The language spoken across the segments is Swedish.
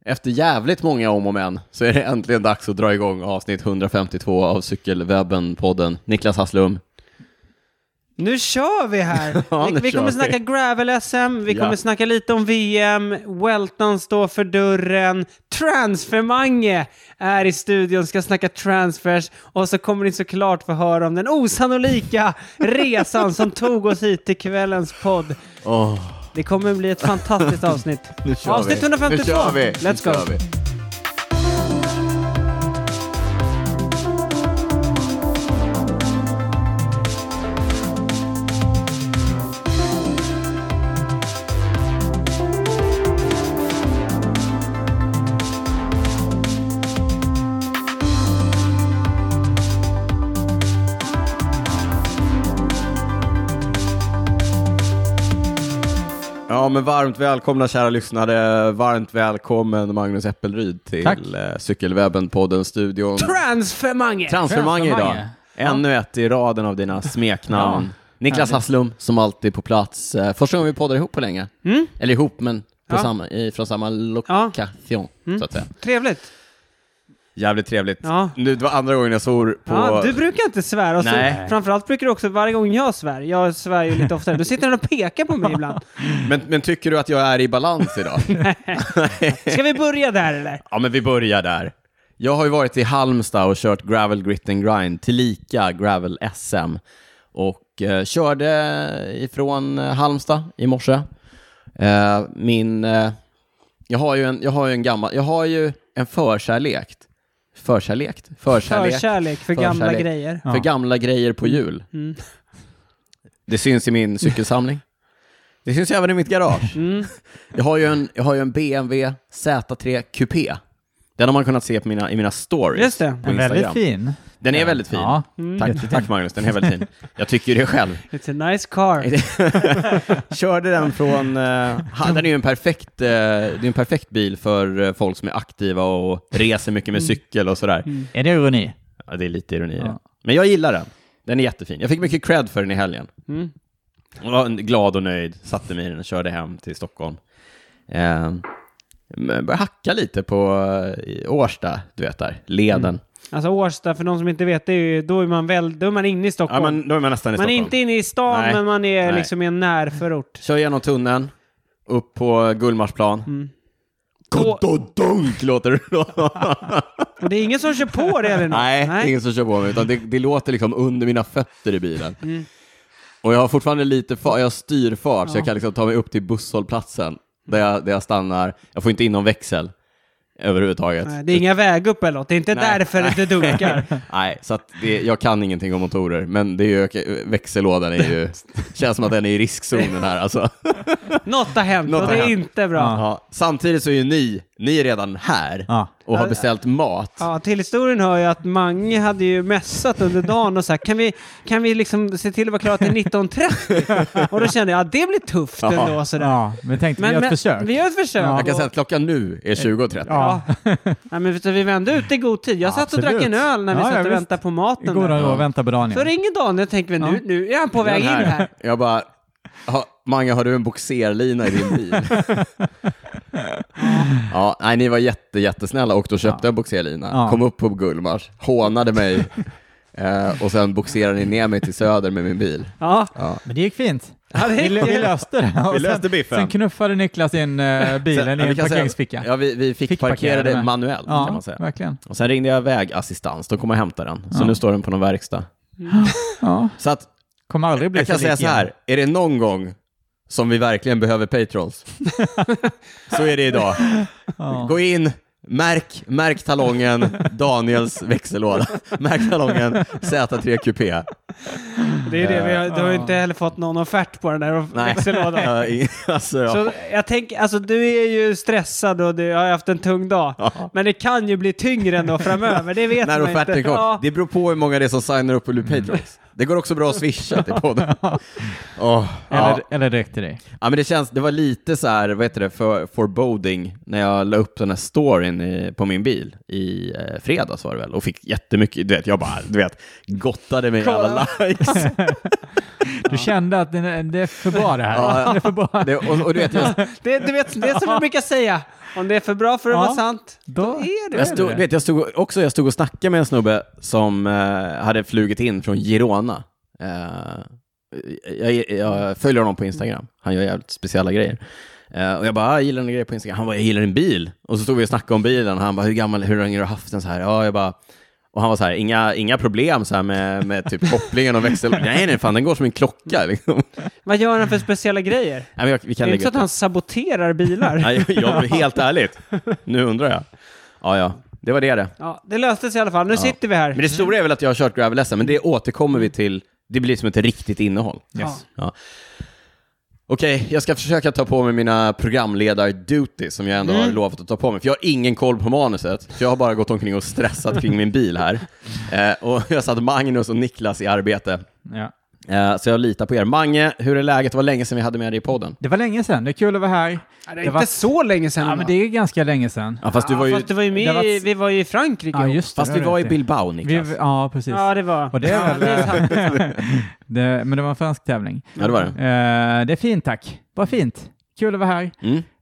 Efter jävligt många om och men så är det äntligen dags att dra igång avsnitt 152 av Cykelwebben-podden. Niklas Hasslum. Nu kör vi här. Ja, vi kommer snacka gravel-SM, vi kommer snacka lite om VM, Welton står för dörren, Transfermange är i studion, ska snacka transfers och så kommer ni såklart få höra om den osannolika resan som tog oss hit till kvällens podd. Det kommer bli ett fantastiskt avsnitt. Avsnitt 152. Nu kör vi. Let's go. Ja, men varmt välkomna kära lyssnare. Varmt välkommen Magnus Äppelryd till Cykelwebben-podden studion. Transfermange idag. Ännu ett i raden av dina smeknamn. Niklas Hasslum som alltid på plats. Första gången vi poddar ihop på länge. Eller ihop, men på från samma lokation så att säga. Trevligt. Jävligt trevligt. Nu, det var andra gången jag svor på... Ja, du brukar inte svära. Och så, framförallt brukar du också, varje gång jag svär ju lite oftare. Du sitter och pekar på mig ibland. Men tycker du att jag är i balans idag? Nej. Ska vi börja där eller? Ja, men vi börjar där. Jag har ju varit i Halmstad och kört Gravel Grit and Grind tillika Gravel SM. Och körde ifrån Halmstad i morse. Jag har ju en förkärlek för gamla grejer. För gamla grejer på hjul. Det syns i min cykelsamling. Det syns även i mitt garage. Jag har ju en BMW Z3 Coupé. Den har man kunnat se i mina stories. Just det. På Instagram. Väldigt fin. Den är väldigt fin. Ja. Tack Magnus, den är väldigt fin. Jag tycker det själv. It's a nice car. Körde den från... den är ju det är en perfekt bil för folk som är aktiva och reser mycket med cykel och sådär. Är det ironi? Ja, det är lite ironi. Ja. Men jag gillar den. Den är jättefin. Jag fick mycket cred för den i helgen. Jag var glad och nöjd. Satte mig i den och körde hem till Stockholm. Började hacka lite på Årsta, du vet där. Leden. Alltså Årsta, för de som inte vet, då är man inne i Stockholm. Ja, men då är man nästan i Stockholm. Man är inte inne i stan, men man är liksom i en närförort. Kör genom tunneln, upp på Gullmarsplan. Dunk låter det då. Och det är ingen som kör på det eller något? Nej, ingen som kör på mig, utan det låter liksom under mina fötter i bilen. Och jag har fortfarande lite jag har styrfart, så jag kan liksom ta mig upp till busshållplatsen där jag stannar. Jag får inte in någon växel överhuvudtaget. Nej, det är inga väg upp eller något. Det är inte därför det dunkar. Nej, så att jag kan ingenting om motorer. Men det är ju, växellådan är ju... känns som att den är i riskzonen här. Alltså. Något har hänt och det är inte bra. Ja. Samtidigt så är ju ni är redan här och har beställt mat. Ja, till historien hör jag att Mange hade ju mässat under dagen och sagt kan vi liksom se till att vara klara till 19.30? Och då kände jag att det blir tufft ändå. Sådär. Ja, men tänkte vi gör ett försök. Vi gör ett försök. Jag kan säga att klockan nu är 20.30. Ja, men vi vände ut i god tid. Jag satt och drack en öl när vi satt och väntade på maten. Goda och vänta på Daniel. Så ringer Daniel och tänker vi nu är han på väg in här. Jag bara... Mange, har du en boxerlina i din bil? Nej, ni var jättesnälla och då köpte jag boxerlina. Kom upp på Gullmars, hånade mig och sen boxerade ni ner mig till Söder med min bil. Ja. Men det gick fint. Vi löste det. Vi löste biffen. Sen knuffade Niklas in bilen i en parkeringsficka. Ja, vi fick parkera det manuellt kan man säga. Verkligen. Och sen ringde jag vägassistans, de kom och hämtade den. Så nu står den på någon verkstad. Så att kommer aldrig bli jag kan säga så här, är det någon gång som vi verkligen behöver patrons så är det idag. Gå in, märk talongen Daniels växellåda. Märk talongen Z3 Coupé. Det är det, du har ju inte heller fått någon offert på den där växellådan. Så jag tänker, alltså du är ju stressad och du har haft en tung dag. Men det kan ju bli tyngre ändå framöver, det vet man inte. När offerten kommer. Det beror på hur många det är som signar upp och blir patrons. Det går också bra att swisha till podden. Eller direkt till dig. Ja, men det var lite så här, vad heter det, foreboding när jag la upp den här storyn på min bil i fredags var det väl, och fick jättemycket, jag bara, gottade mig alla likes. Du kände att det är för bra det här. Ja, det är för bra. Det är som jag brukar säga. Om det är för bra för att vara sant, då är det. Jag stod och snackade med en snubbe som hade flugit in från Girona. Jag följer honom på Instagram. Han gör jävligt speciella grejer. Och jag bara, jag gillar en grej på Instagram. Han bara, jag gillar en bil. Och så stod vi och snackade om bilen. Han bara, hur länge har du haft den så här? Ja, jag bara... Och han var så här, inga problem så här med typ kopplingen och växel. Nej, fan, den går som en klocka. Liksom. Vad gör han för speciella grejer? Nej, vi kan det är inte så att han saboterar bilar. Nej, jag blir helt ärligt. Nu undrar jag. Ja. Det var det. Ja, det löste sig i alla fall. Nu sitter vi här. Men det stora är väl att jag har kört Gravel SM, men det återkommer vi till. Det blir som ett riktigt innehåll. Yes. Ja. Okej, jag ska försöka ta på mig mina programledar-duty som jag ändå har lovat att ta på mig. För jag har ingen koll på manuset. Så jag har bara gått omkring och stressat kring min bil här. Och jag har satt Magnus och Niklas i arbete. Ja. Så jag litar på er. Mange, hur är läget? Det var länge sedan vi hade med dig i podden. Det var länge sedan. Det är kul att vara här. Ja, det är inte så länge sedan. Ja, men det är ganska länge sedan. Ja, fast du var ju... Fast det var ju med vi var ju i Frankrike. Ja, just det, fast vi var i Bilbao, Niklas. Ja, precis. Ja, det var. Och det är väl... men det var en fransk tävling. Ja, det var det. Det är fint, tack. Vad fint. Kul att vara här.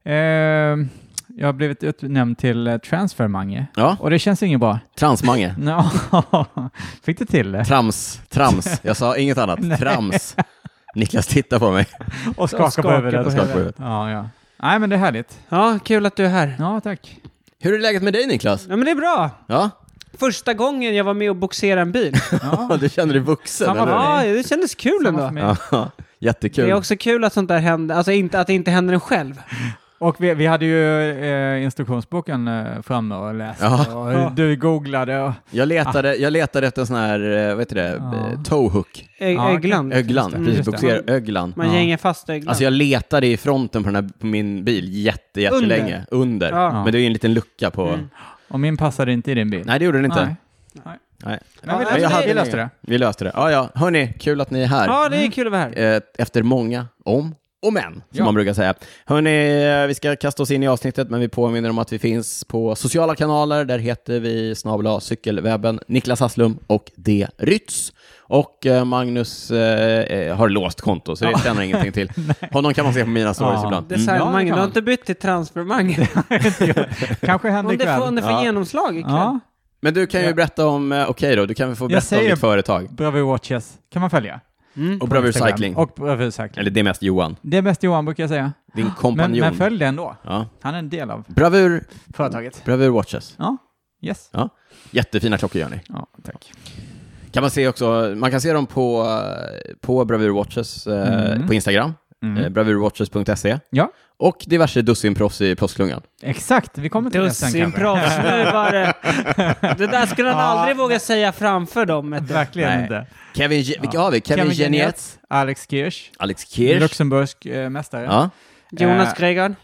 Jag har blivit utnämnd till transfermange. Ja. Och det känns inget bra. Transmange. Fick du till det? Trams. Jag sa inget annat. Trams. Niklas tittar på mig. Och skakar på huvudet. Ja. Nej, men det är härligt. Ja, kul att du är här. Ja, tack. Hur är läget med dig, Niklas? Ja, men det är bra. Ja. Första gången jag var med och boxerade en bil. Ja. Du kände dig vuxen, eller? Ja, det kändes kul ändå. Ja, jättekul. Det är också kul att sånt där händer. Alltså att det inte händer en själv. Och vi hade ju instruktionsboken framme och läste. Och du googlade. Och... Jag letade efter en sån här, vad heter det? Towhook. Öglan. Öglan. Man gänger fast öglan. Alltså jag letade i fronten på min bil jättelänge. Under. Ja. Men det är ju en liten lucka på... Och min passade inte i din bil. Nej, det gjorde den inte. Nej. Men vi löste det. Vi löste det. Ja. Hörni, kul att ni är här. Ja, det är kul att vara här. Efter många och men, som man brukar säga. Hörni, vi ska kasta oss in i avsnittet, men vi påminner om att vi finns på sociala kanaler. Där heter vi @cykelwebben, Niklas Hasslum och D. Rytz. Och Magnus har låst konto, så det känner ingenting till. Honom kan man se på mina stories ibland. Designmangen, du har inte bytt till transfermangen. Kanske händer ikväll. Om det får genomslag ikväll. Ja. Men du kan ju berätta om, du kan få berätta om ditt företag. Bravur Watches kan man följa. Och Bravur Cycling. Eller det är mest Johan. Det är mest Johan, brukar jag säga. Din kompanjon. Men följ det ändå. Ja. Han är en del av företaget. Bravur Watches. Ja, yes. Ja. Jättefina klockor gör ni. Ja, tack. Kan man se också, man kan se dem på Bravur Watches på Instagram. Bravurwatches.se. Ja. Och diverse dussinproffs i proffsklungan. Exakt, vi kommer till det sen kanske. Dussinproffs, nu var det... Det där skulle han aldrig våga säga framför dem. Verkligen inte. Vilka har vi? Kevin Genietz. Alex Kirsch. Luxemburgsk mästare. Ja. Jonas Gregard.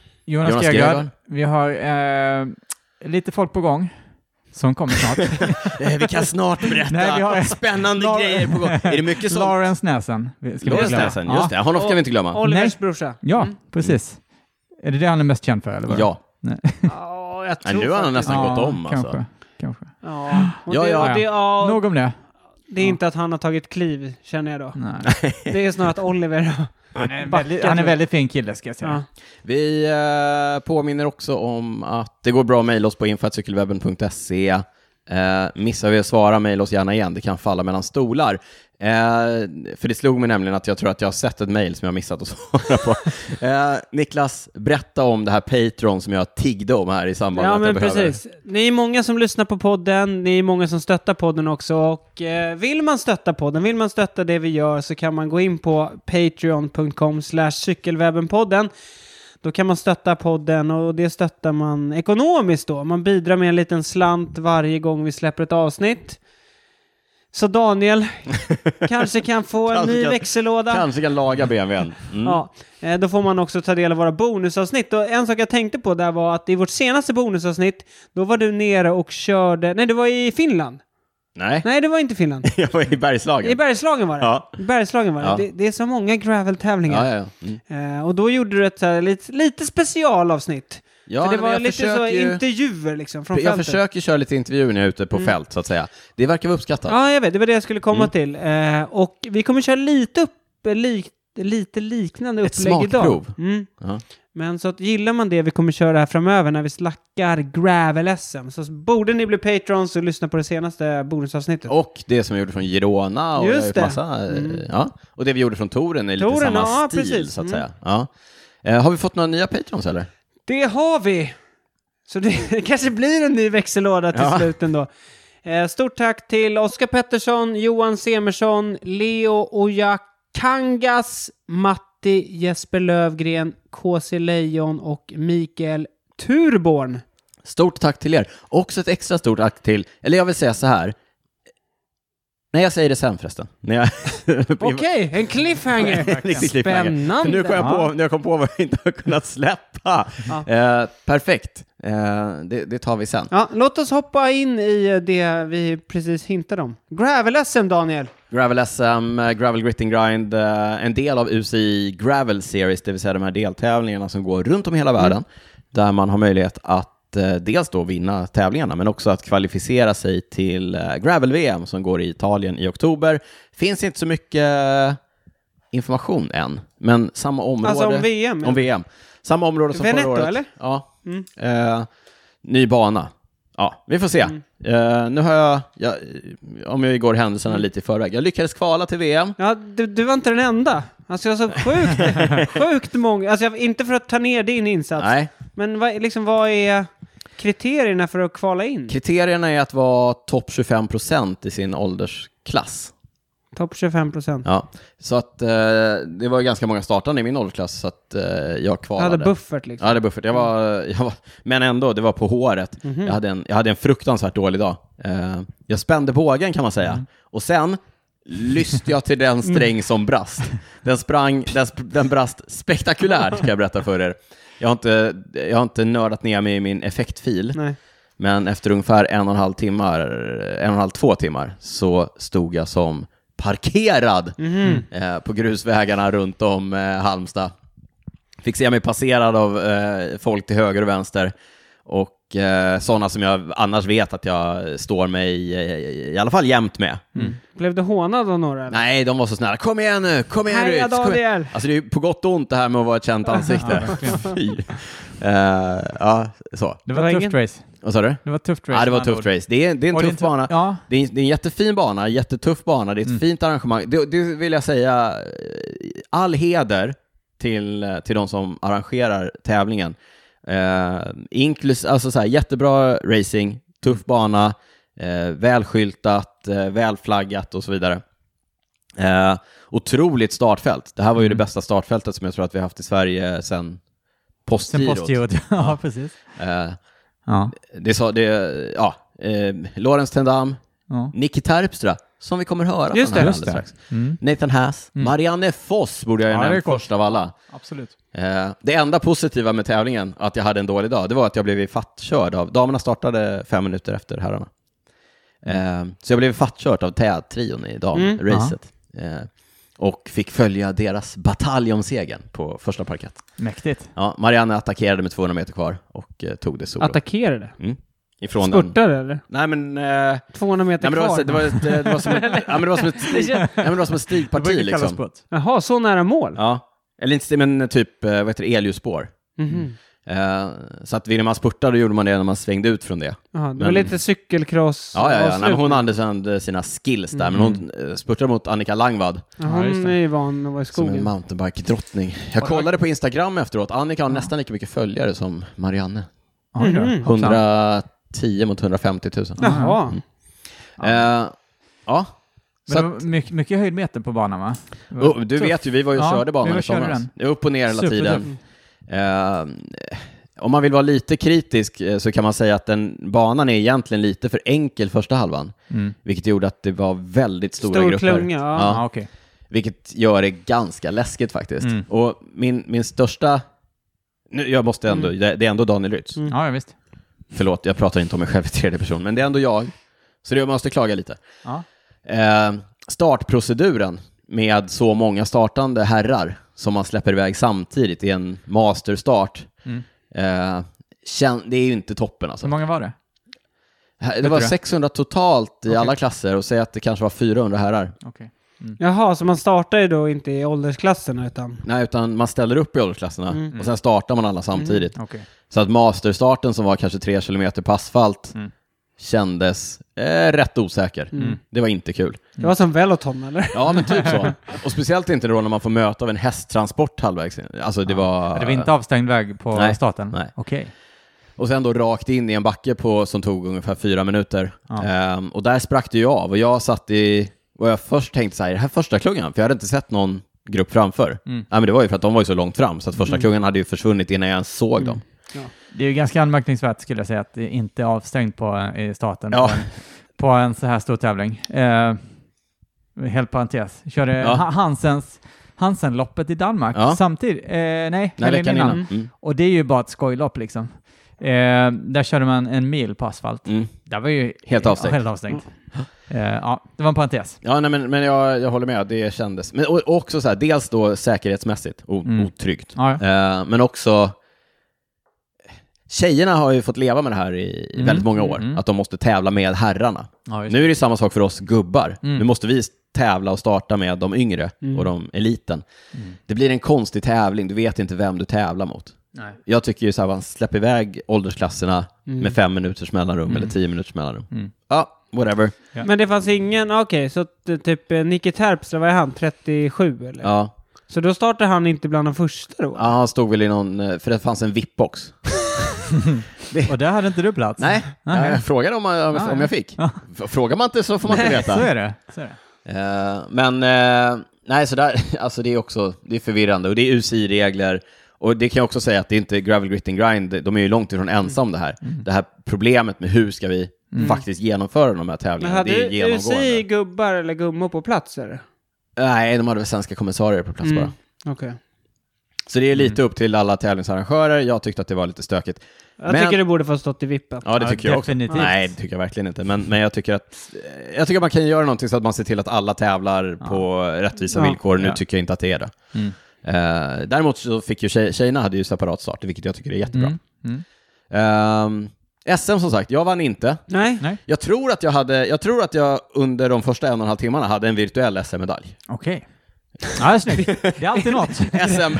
Vi har lite folk på gång. Som kommer snart. Vi kan snart berätta spännande grejer på gång. Är det mycket sånt? Lawrence Näsen. Just det. Honom ska vi inte glömma. Olivers brorsa. Ja, precis. Är det han är mest känd för, eller vad? Ja. Jag tror nu har han nästan gått om. Kanske. Ja. Nog om det. Det är inte att han har tagit kliv, känner jag då. Nej. Det är snarare att Oliver... Han är väldigt fin kille, ska jag säga. Ja. Vi påminner också om att det går bra att mejla oss på info@cykelwebben.se. Missar vi att svara, mejla oss gärna igen. Det kan falla mellan stolar. För det slog mig nämligen att jag tror att jag har sett ett mejl som jag har missat att svara på. Niklas, berätta om det här Patreon som jag tiggde om här i samband med att jag behöver. Precis. Ni är många som lyssnar på podden, ni är många som stöttar podden också, och vill man stötta podden, vill man stötta det vi gör, så kan man gå in på patreon.com/cykelwebbenpodden. Då kan man stötta podden, och det stöttar man ekonomiskt då. Man bidrar med en liten slant varje gång vi släpper ett avsnitt. Så Daniel kanske kan få en ny växellåda. Kanske kan laga BMWn. Ja, då får man också ta del av våra bonusavsnitt. Och en sak jag tänkte på där var att i vårt senaste bonusavsnitt, då var du nere och körde... Nej, det var i Finland. Nej, det var inte Finland. Jag var i Bergslagen. I Bergslagen var det. Ja. I Bergslagen var det. Det är så många gravel-tävlingar. Ja. Och då gjorde du ett lite specialavsnitt. Ja, för det var lite så intervjuer liksom från fältet. Jag försöker köra lite intervjuer när jag är ute på fält, så att säga. Det verkar vara uppskattat. Ja, jag vet. Det var det jag skulle komma till. Och vi kommer köra lite liknande upplägg idag. Ett smakprov. Ja. Men så att gillar man det vi kommer köra här framöver när vi slackar Gravel-SM, så borde ni bli patrons och lyssna på det senaste bonusavsnittet. Och det som vi gjorde från Girona och just det. Massa, ja. Och det vi gjorde från Toren är lite samma stil, precis. Så att säga. Ja. Har vi fått några nya patrons eller? Det har vi! Så det kanske blir en ny växellåda till slut ändå. Stort tack till Oskar Pettersson, Johan Semersson, Leo Ojakangas, Matti Jesper Lövgren, KC Lejon och Mikael Turborn. Stort tack till er. Också ett extra stort tack till, eller jag vill säga så här. Nej, jag säger det sen förresten. Okej, en cliffhanger. Spännande. Nu kom jag på vad jag inte har kunnat släppa. Perfekt. Det tar vi sen. Ja, låt oss hoppa in i det vi precis hintade om. Gravel-SM, Daniel. Gravel-SM, Gravel Gritting Grind, en del av UCI Gravel Series, det vill säga de här deltävlingarna som går runt om i hela världen, där man har möjlighet att dels då vinna tävlingarna, men också att kvalificera sig till Gravel-VM som går i Italien i oktober. Finns inte så mycket information än, men samma område. Alltså om VM? Om VM. Samma område som Veneto, förra året. Eller? Ja. Ny bana. Ja, vi får se. Nu har jag om jag går händelserna lite i förväg. Jag lyckades kvala till VM. Ja, du var inte den enda. Alltså jag så sjukt många. Alltså inte för att ta ner din insats. Nej. Men vad är kriterierna för att kvala in? Kriterierna är att vara topp 25% i sin åldersklass. Topp 25%. Ja, så att det var ganska många startande i min åldersklass, så att jag kvalade. Jag hade buffert liksom. Ja, det buffert. Jag var, men ändå, det var på håret. Jag hhade en fruktansvärt dålig dag. Jag spände bågen kan man säga. Och sen lyste jag till den sträng som brast. Den brast spektakulärt, kan jag berätta för er. Jag har inte nördat ner mig i min effektfil. Nej. Men efter ungefär 1,5-2 timmar så stod jag som parkerad på grusvägarna runt om Halmstad. Fick se mig passerad av folk till höger och vänster. Och sådana som jag annars vet att jag står mig i alla fall jämt med. Blev du hånad av några? Eller? Nej, de var så snälla. Kom igen nu! Heja Daniel! Alltså det är på gott och ont det här med att vara ett känt ansikte. Fy. Så. Det var tufft race. Vad sa du? Det var tufft race. Ja, det var tufft race. Det är en tuff bana. Ja. Det är en jättefin bana, jättetuff bana. Det är ett fint arrangemang. Det vill jag säga, all heder till de som arrangerar tävlingen. Alltså så här, jättebra racing, tuff bana, välskyltat, välflaggat och så vidare. Otroligt startfält. Det här var ju det bästa startfältet som jag tror att vi har haft i Sverige sen postgirot. Ja, precis. Lorenz Tendam, Nicky Terpstra, som vi kommer höra just från det, alldeles strax. Nathan Haas, Marianne Foss borde jag nämna först av alla. Absolut. Det enda positiva med tävlingen, att jag hade en dålig dag, det var att jag blev fattkörd av, damerna startade 5 minuter efter herrarna. Så jag blev fattkörd av trion i damracet. Och fick följa deras batalj om segern på första parkett. Mäktigt. Ja, Marianne attackerade med 200 meter kvar och tog det solo. Attackerade? Ifrån spurtade eller? Nej men 200 meter kvar. Det var som ett stigparti liksom. Jaha, så nära mål. Ja. Eller inte, men typ elljusspår. Så att ville man spurta, då gjorde man det när man svängde ut från det. Aha, det var lite cykelcross. Ja. Nej, men hon använde sina skills där, men hon spurtade mot Annika Langvad. Hon är ju van att vara i skogen. Som en mountainbike-drottning. Jag kollade på Instagram efteråt. Annika har nästan lika mycket följare som Marianne. 110 mot 150 000. Jaha. Ja. Men mycket höjdmeter på banan, va? Du vet ju, vi var ju och körde banan i somras. Upp och ner hela tiden. Om man vill vara lite kritisk så kan man säga att banan är egentligen lite för enkel första halvan. Vilket gjorde att det var väldigt stora grupper. Klunga, ja. Okay. Vilket gör det ganska läskigt faktiskt. Och min största... Jag måste ändå... Det är ändå Daniel Rytz. Ja, visst. Förlåt, jag pratar inte om mig själv i tredje person. Men det är ändå jag. Så jag måste klaga lite. Ja. Startproceduren med så många startande herrar som man släpper iväg samtidigt i en masterstart. Det är ju inte toppen alltså. Hur många var det? Det var 600 totalt i alla klasser och säg att det kanske var 400 herrar. Okay. Jaha, så man startar ju då inte i åldersklasserna utan... Nej, utan man ställer upp i åldersklasserna och sen startar man alla samtidigt. Okay. Så att masterstarten som var kanske 3 kilometer på asfalt kändes rätt osäker. Det var inte kul. Det var som Veloton, eller? Ja, men typ så. Och speciellt inte då när man får möta av en hästtransport halvvägs. Alltså det var... Det var inte avstängd väg på starten? Nej. Okej. Och sen då rakt in i en backe som tog ungefär 4 minuter. Och där sprack det ju av. Och jag satt i... Och jag först tänkte så här, det här första klungan. För jag hade inte sett någon grupp framför. Ja, men det var ju för att de var ju så långt fram. Så att första klungan hade ju försvunnit innan jag ens såg dem. Ja. Det är ju ganska anmärkningsvärt skulle jag säga att det inte är avstängt i starten på en så här stor tävling. Helt parentes. Körde Hansen-loppet i Danmark samtidigt. Nej, helgen innan. Och det är ju bara ett skojlopp liksom. Där körde man 1 mil på asfalt. Det var ju helt avstängt. Det var en parentes. Ja, nej, men jag håller med. Det kändes. Men också så här, dels då säkerhetsmässigt otryggt. Men också tjejerna har ju fått leva med det här i väldigt många år. Att de måste tävla med herrarna. Nu är det samma sak för oss gubbar. Nu måste vi tävla och starta med de yngre och de eliten. Det blir en konstig tävling. Du vet inte vem du tävlar mot. Nej. Jag tycker ju så här, man släpper iväg åldersklasserna med 5 minuters mellanrum eller 10 minuters mellanrum. Ja, whatever. Ja. Men det fanns ingen, så typ Nicky Terpstra, vad är han? 37 eller? Ja. Så då startade han inte bland de första då? Ja, han stod väl i någon, för det fanns en VIP-box. Och där hade inte du plats? Nej, jag frågade om jag fick. Frågar man inte så får man inte veta. Så är det. Men nej, så där, alltså det är förvirrande och det är UCI-regler. Och det kan jag också säga att det är inte Gravel Grit and Grind, de är ju långt ifrån ensam om det här. Det här problemet med hur ska vi faktiskt genomföra de här tävlingarna, det är genomgående. Hade UCI gubbar eller gummor på plats eller? Nej, de hade väl svenska kommissarier på plats bara. Okay. Så det är lite upp till alla tävlingsarrangörer. Jag tyckte att det var lite stökigt. Jag tycker det borde få stått i vippen. Ja, det tycker jag också. Nej, det tycker jag verkligen inte. Men jag tycker att man kan göra någonting så att man ser till att alla tävlar på rättvisa villkor. Nu tycker jag inte att det är det. Däremot så fick ju tjejerna hade ju separat start, vilket jag tycker är jättebra. SM som sagt, jag vann inte. Nej. Jag tror att jag under de första 1,5 timmarna hade en virtuell SM-medalj. Okej. Ja, det är snyggt. Det är alltid något. SM.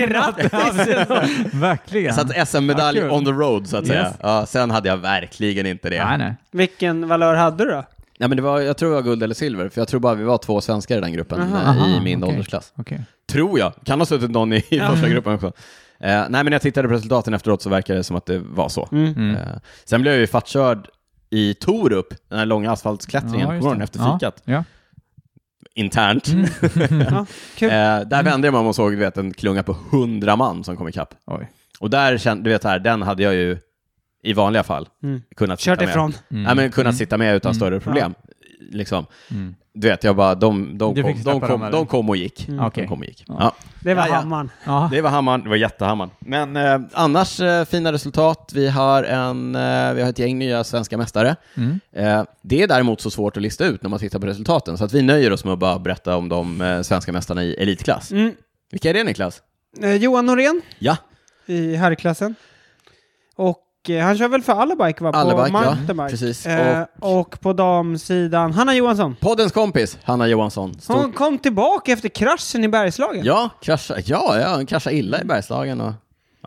Verkligen. Så att SM-medalj on the road så att säga. Ja, sen hade jag verkligen inte det. Nej. Vilken valör hade du då? Ja, men jag tror det var guld eller silver. För jag tror bara vi var 2 svenskar i den gruppen i min åldersklass. Tror jag. Kan ha suttit någon i första gruppen också. Nej, men när jag tittade på resultaten efteråt så verkade det som att det var så. Sen blev jag ju fattkörd i Torup, den här långa asfaltsklättringen på morgonen efter fikat. Ja. Internt. Kul. Där vände jag mig om och såg en klunga på 100 man som kom ikapp. Och där kände du vet här, den hade jag ju i vanliga fall kunnat sitta med. Ifrån. Nej, men kunnat sitta med utan större problem. Liksom. Du vet, jag bara de kom och gick. De kom och gick. Ja. Det var Hammaren. Ja. Det var Hammaren, det var jättehammaren. Men annars fina resultat. Vi har ett gäng nya svenska mästare. Det är däremot så svårt att lista ut när man tittar på resultaten. Så att vi nöjer oss med att bara berätta om de svenska mästarna i elitklass. Vilka är det, Niklas? Johan Norén. Ja. I herrklassen. Och han kör väl för Allabike va? På mountainbike. Precis. Och på damsidan Hanna Johansson. Poddens kompis, Hanna Johansson. Hon kom tillbaka efter kraschen i Bergslagen. Ja, hon kraschade illa i Bergslagen. Och,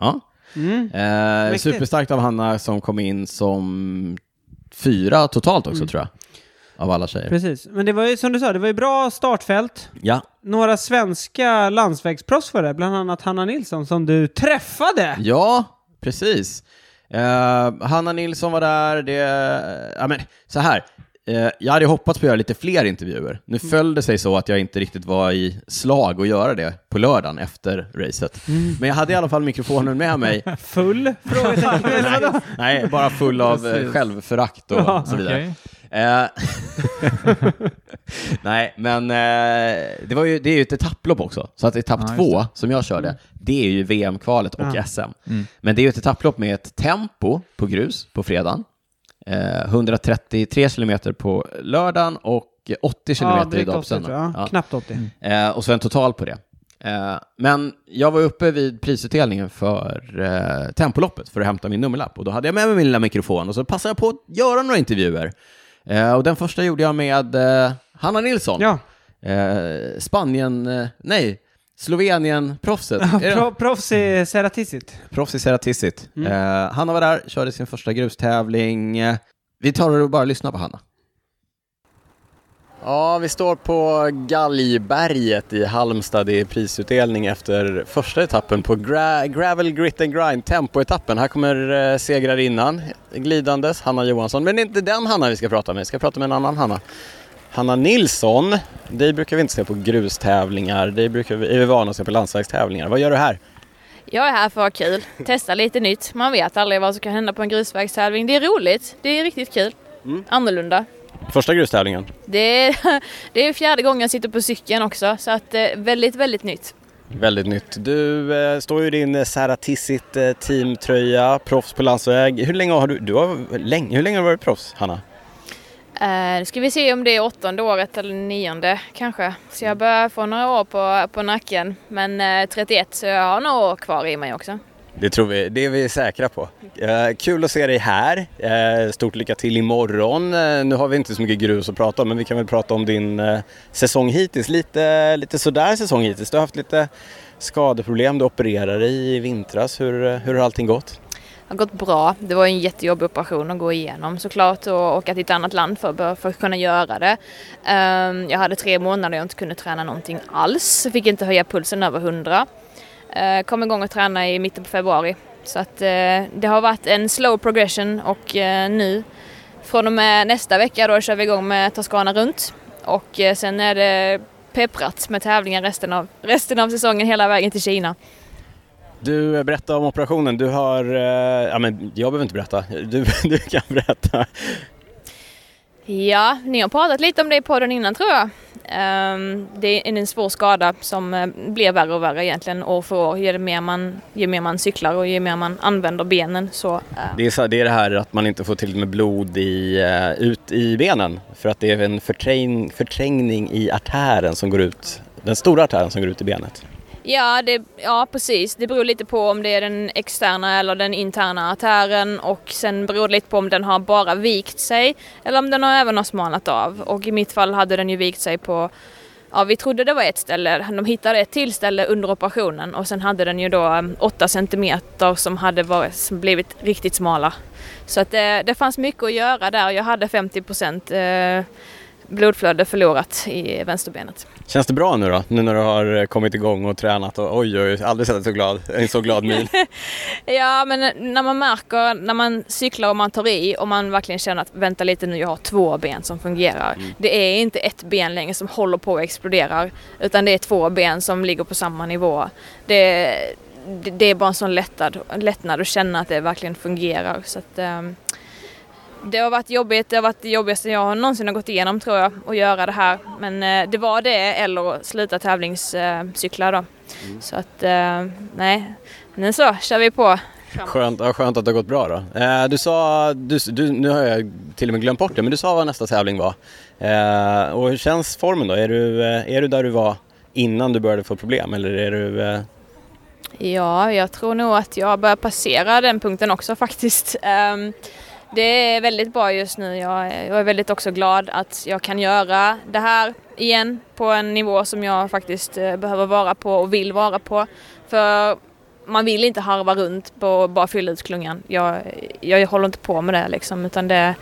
superstarkt av Hanna som kom in som 4 totalt också tror jag. Av alla tjejer. Precis, men det var ju som du sa, det var ju bra startfält. Ja. Några svenska landsvägsproffs för det, bland annat Hanna Nilsson som du träffade. Ja, precis. Hanna Nilsson var där. Men så här. Jag hade hoppats på att göra lite fler intervjuer. Nu följde det sig så att jag inte riktigt var i slag att göra det på lördagen efter racet. Men jag hade i alla fall mikrofonen med mig. Full? Nej, bara full av självförakt och så vidare. Okay. Nej, men det är ju ett etapplopp också. Så att etapp 2 som jag körde, det är ju VM-kvalet och SM. Men det är ju ett etapplopp med ett tempo på grus på fredagen. 133 kilometer på lördagen och 80 kilometer idag på söndag. Knappt 80. Och så en total på det. Men jag var uppe vid prisutdelningen för tempoloppet för att hämta min nummerlapp. Och då hade jag med mig min lilla mikrofon och så passade jag på att göra några intervjuer. Och den första gjorde jag med Hanna Nilsson. Ja. Slovenien-proffset. Proffs i Seratisit. Hanna var där, körde sin första grustävling. Vi tar och bara lyssna på Hanna. Ja, vi står på Galgberget i Halmstad i prisutdelning efter första etappen på Gravel Grit and Grind, tempoetappen. Här kommer segrarinnan glidandes, Hanna Johansson. Men det är inte den Hanna vi ska prata med, vi ska prata med en annan Hanna. Hanna Nilsson, dig brukar vi inte se på grustävlingar, dig är vi vana att se på landsvägstävlingar. Vad gör du här? Jag är här för att ha kul, testa lite nytt. Man vet aldrig vad som kan hända på en grusvägstävling. Det är roligt, det är riktigt kul, annorlunda. Första grustävlingen? Det är 4:e gången jag sitter på cykeln också, så att väldigt, väldigt nytt. Väldigt nytt. Du står ju i din Seratisit teamtröja, proffs på landsväg. Hur länge har hur länge har du varit proffs, Hanna? Ska vi se om det är 8:e året eller 9:e kanske. Så jag börjar få några år på nacken. Men 31, så jag har några år kvar i mig också. Det tror vi, det är vi säkra på. Kul att se dig här. Stort lycka till imorgon. Nu har vi inte så mycket grus att prata om, men vi kan väl prata om din säsong hittills. Lite sådär säsong hittills. Du har haft lite skadeproblem, du opererade i vintras. Hur har allting gått? Det har gått bra. Det var en jättejobbig operation att gå igenom såklart, och åka till ett annat land för att kunna göra det. Jag hade 3 månader och jag inte kunde träna någonting alls. Jag fick inte höja pulsen över 100. Kom igång och träna i mitten på februari. Så att det har varit en slow progression, och nu från och med nästa vecka då kör vi igång med Toscana runt. Och sen är det pepprat med tävlingar resten av säsongen hela vägen till Kina. Du berättar om operationen. Du har... jag behöver inte berätta. Du kan berätta. Ja, ni har pratat lite om det i podden innan, tror jag. Det är en svår skada som blir värre och värre egentligen år för år. Ju mer man cyklar och ju mer man använder benen. Så, det är det här att man inte får till med blod ut i benen. För att det är en förträngning i artären som går ut. Den stora artären som går ut i benet. Ja, precis. Det beror lite på om det är den externa eller den interna artären, och sen beror det lite på om den har bara vikt sig eller om den även har smalnat av. Och i mitt fall hade den ju vikt sig på, vi trodde det var ett ställe. De hittade ett till ställe under operationen, och sen hade den ju då 8 centimeter som blivit riktigt smala. Så att det fanns mycket att göra där. Jag hade 50% blodflöde förlorat i vänsterbenet. Känns det bra nu då? Nu när du har kommit igång och tränat och oj, aldrig sett en så glad min. Ja, men när man cyklar och man tar i och man verkligen känner att vänta lite nu, jag har 2 ben som fungerar. Det är inte ett ben längre som håller på att explodera, utan det är 2 ben som ligger på samma nivå. Det är bara en sån lättnad att känna att det verkligen fungerar. Så att, det har varit jobbigt, det har varit det jobbigaste jag någonsin har gått igenom, tror jag, att göra det här. Men det var det, eller att sluta tävlingscykla då. Så att, nej, nu så kör vi på. Skönt att det har gått bra då. Du sa, nu har jag till och med glömt bort det, men du sa vad nästa tävling var. Och hur känns formen då? Är du där du var innan du började få problem, eller är du... Ja, jag tror nog att jag börjar passera den punkten också faktiskt. Det är väldigt bra just nu. Jag är väldigt också glad att jag kan göra det här igen på en nivå som jag faktiskt behöver vara på och vill vara på. För man vill inte harva runt på och bara fylla ut klungan. Jag håller inte på med det liksom, utan det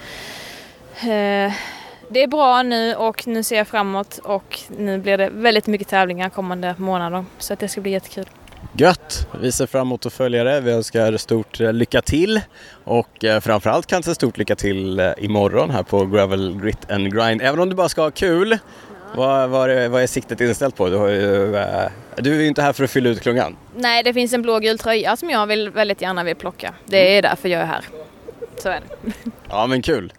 är bra nu, och nu ser jag framåt, och nu blir det väldigt mycket tävlingar kommande månader, så att det ska bli jättekul. Gött! Vi ser fram emot att följa det. Vi önskar stort lycka till, och framförallt kanske stort lycka till imorgon här på Gravel Grit and Grind. Även om du bara ska ha kul, vad är siktet inställt på? Du är ju inte här för att fylla ut klungan. Nej, det finns en blå-gul tröja som jag väldigt gärna vill plocka. Det är därför jag är här. Så är det. Ja, men kul.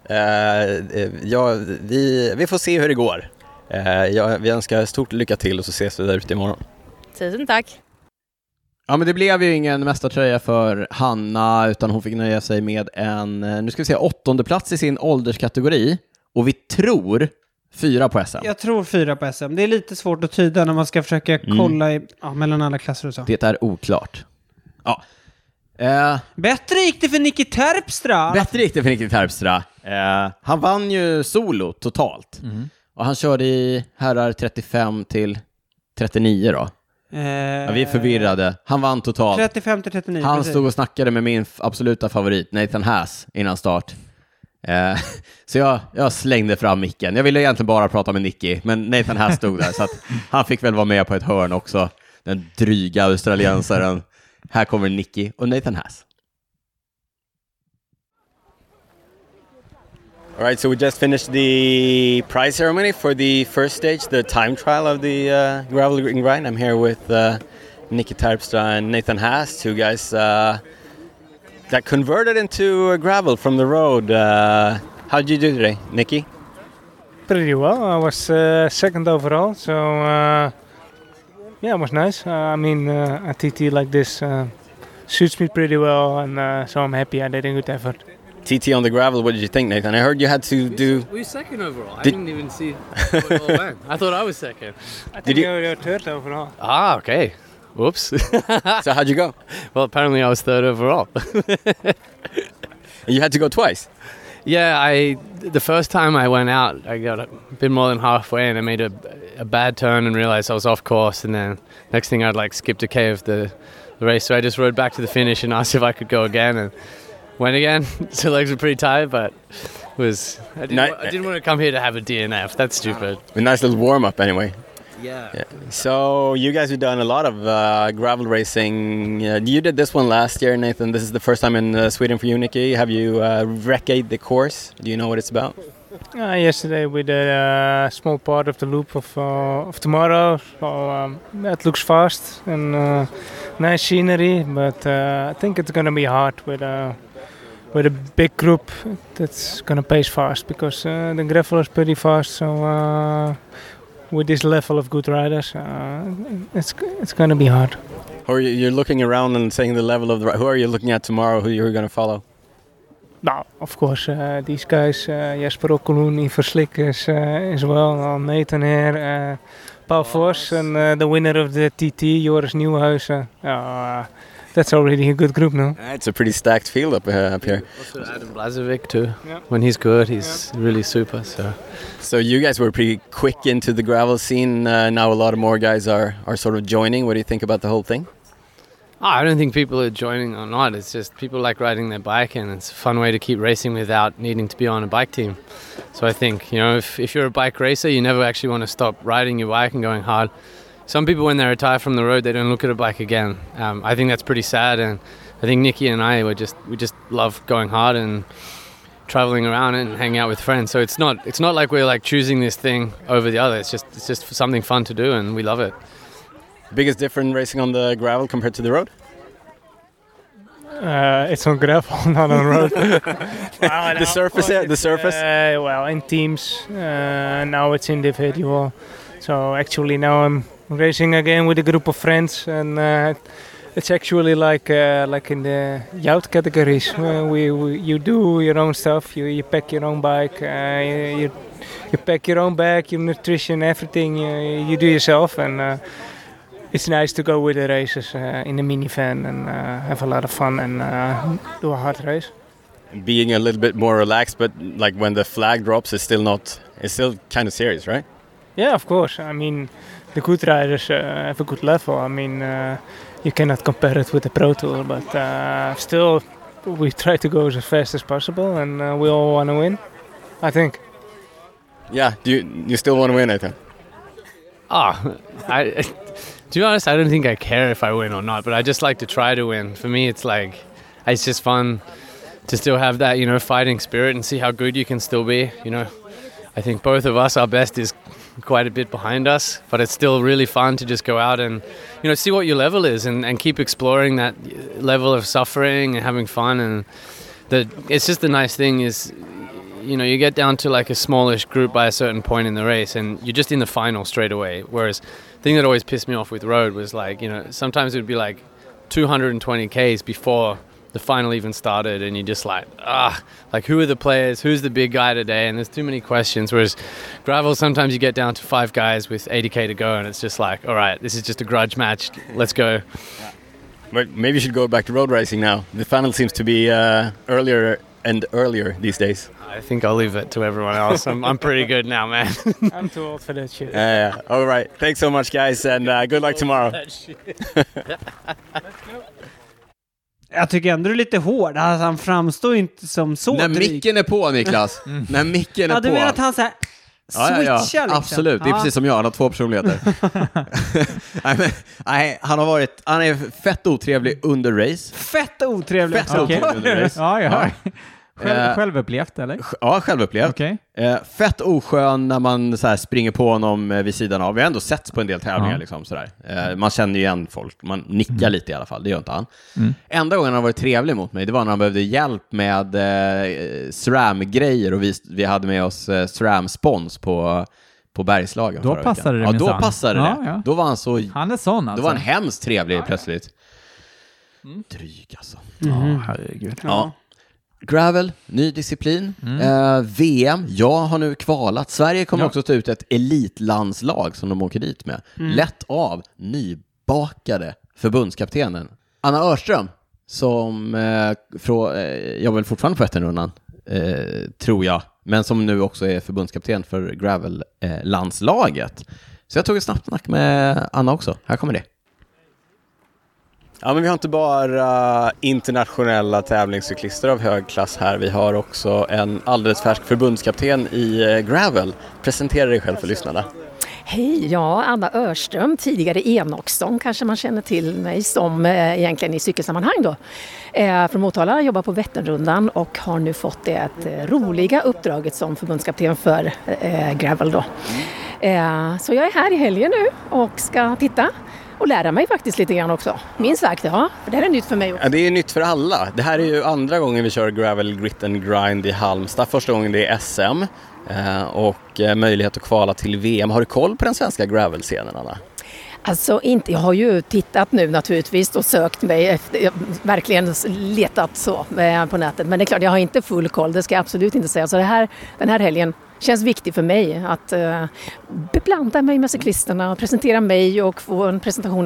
Vi får se hur det går. Vi önskar stort lycka till, och så ses vi där ute imorgon. Tusen tack! Ja, men det blev ju ingen mästartröja för Hanna, utan hon fick nöja sig med en, nu ska vi säga, 8:e plats i sin ålderskategori. Och vi tror 4 på SM. Jag tror 4 på SM. Det är lite svårt att tyda när man ska försöka kolla mellan alla klasser och så. Det är oklart. Ja. Bättre gick det för Nicky Terpstra. Han vann ju solo totalt. Och han körde i herrar 35 till 39 då. Ja, vi är förvirrade. Han vann totalt. 35-39. Han stod och snackade med min absoluta favorit, Nathan Haas, innan start. Så jag slängde fram micken. Jag ville egentligen bara prata med Nicky, men Nathan Haas stod där, så att han fick väl vara med på ett hörn också. Den dryga australiensaren. Här kommer Nicky och Nathan Haas. All right, so we just finished the prize ceremony for the first stage, the time trial of the gravel ring grind. I'm here with Nicky Terpstra and Nathan Haas, two guys that converted into gravel from the road. How did you do today, Nicky? Pretty well. I was second overall, so yeah, it was nice. I mean, a TT like this suits me pretty well, and so I'm happy I did a good effort. TT on the gravel, what did you think, Nathan? I heard you had to do... Were you second overall? I didn't even see how it all went. I thought I was second. I think you were third overall. Ah, okay. Whoops. So how'd you go? Well, apparently I was third overall. You had to go twice? Yeah, the first time I went out, I got a bit more than halfway and I made a bad turn and realized I was off course, and then next thing I'd like skipped a K of the race, so I just rode back to the finish and asked if I could go again, and went again. So legs were pretty tired, but I didn't want to come here to have a DNF. That's stupid. A nice little warm-up anyway. Yeah. So you guys have done a lot of gravel racing. You did this one last year, Nathan. This is the first time in Sweden for you, Nicky. Have you recce'd the course? Do you know what it's about? Yesterday we did a small part of the loop of tomorrow. So that looks fast and nice scenery, but I think it's going to be hard with a big group that's going to pace fast, because the gravel is pretty fast. So with this level of good riders, it's going to be hard. You're looking around and saying the level of who are you looking at tomorrow? Who you're going to follow? No, of course, these guys, Jesper Okkeloen, Ivar Slik as well, Nathan here, Paul Vos, and the winner of the TT, Joris Nieuwenhuizen. That's already a good group now. It's a pretty stacked field up here. Also Adam Blažević too. Yeah. When he's good, he's really super. So you guys were pretty quick into the gravel scene. Now a lot of more guys are sort of joining. What do you think about the whole thing? I don't think people are joining or not. It's just people like riding their bike, and it's a fun way to keep racing without needing to be on a bike team. So I think, if you're a bike racer, you never actually want to stop riding your bike and going hard. Some people, when they retire from the road, they don't look at a bike again. I think that's pretty sad, and I think Nicky and I we just love going hard and traveling around and hanging out with friends. So it's not like we're like choosing this thing over the other. It's just something fun to do, and we love it. Biggest difference racing on the gravel compared to the road? It's on gravel, not on road. The surface. Well, in teams. Now it's individual. So actually now I'm racing again with a group of friends, and it's actually like in the youth categories. You do your own stuff. You pack your own bike. You pack your own bag, your nutrition, everything. You do yourself, and it's nice to go with the races in the minivan and have a lot of fun and do a hard race. Being a little bit more relaxed, but like when the flag drops, it's still kind of serious, right? Yeah, of course. I mean, the good riders have a good level. I mean, you cannot compare it with the Pro Tour, but still, we try to go as fast as possible, and we all want to win, I think. Yeah, do you still want to win, Nathan? To be honest, I don't think I care if I win or not, but I just like to try to win. For me, it's just fun to still have that, fighting spirit and see how good you can still be. I think both of us, our best is quite a bit behind us, but it's still really fun to just go out and, see what your level is and keep exploring that level of suffering and having fun. And it's just the nice thing is, you get down to like a smallish group by a certain point in the race and you're just in the final straight away. Whereas the thing that always pissed me off with road was like, sometimes it would be like 220 Ks before the final even started, and you're just like who are the players? Who's the big guy today? And there's too many questions. Whereas gravel, sometimes you get down to 5 guys with 80K to go, and it's just like, all right, this is just a grudge match. Let's go. But maybe you should go back to road racing now. The final seems to be earlier and earlier these days. I think I'll leave it to everyone else. I'm pretty good now, man. I'm too old for that shit. All right. Thanks so much, guys, and good luck tomorrow. Jag tycker ändå det är lite hård. Alltså, han framstår inte som så när dryg. Micken är på, Niklas. När micken är på. Du menar att han så här switchar liksom? Absolut, det är precis som jag. Han har 2 personligheter. nej, han är fett otrevlig under race. Fett otrevlig under race. Ja. Självupplevt, eller? Ja, självupplevt. Okay. Fett oskön när man så här springer på honom vid sidan av. Vi har ändå sett på en del tävlingar. Liksom, sådär. Man känner ju igen folk. Man nickar lite i alla fall. Det gör inte han. Enda gången han har varit trevlig mot mig, det var när han behövde hjälp med SRAM-grejer. Och vi hade med oss SRAM-spons på Bergslagen. Då passade det. Ja, då passade det. Ja. Då var han så... Han är sån alltså. Då var han hemskt trevlig plötsligt. Dryg alltså. Herregud. Ja. Gravel, ny disciplin. VM, jag har nu kvalat. Sverige kommer också ta ut ett elitlandslag som de åker dit med. Lätt av nybakade förbundskaptenen Anna Örström, som jag vill fortfarande på ettenrundan, tror jag, men som nu också är förbundskapten för Gravel-landslaget. Så jag tog ett snabbt snack med Anna också. Här kommer det. Ja, men vi har inte bara internationella tävlingscyklister av hög klass här. Vi har också en alldeles färsk förbundskapten i Gravel. Presentera dig själv för lyssnarna. Hej, Anna Örström, tidigare Enoksson kanske man känner till mig som egentligen i cykelsammanhang då. Från Motala, jobbar på Vätternrundan och har nu fått det roliga uppdraget som förbundskapten för Gravel då. Så jag är här i helgen nu och ska titta. Och lära mig faktiskt lite grann också. Minst sagt, för det här är nytt för mig också. Ja, det är nytt för alla. Det här är ju andra gången vi kör Gravel Grit and Grind i Halmstad. Första gången det är SM och möjlighet att kvala till VM. Har du koll på den svenska Gravel-scenen, Anna? Alltså inte, jag har ju tittat nu naturligtvis och sökt mig efter, verkligen letat så på nätet. Men det är klart, jag har inte full koll, det ska jag absolut inte säga. Så den här helgen känns viktigt för mig att beblanda mig med cyklisterna och presentera mig och få en presentation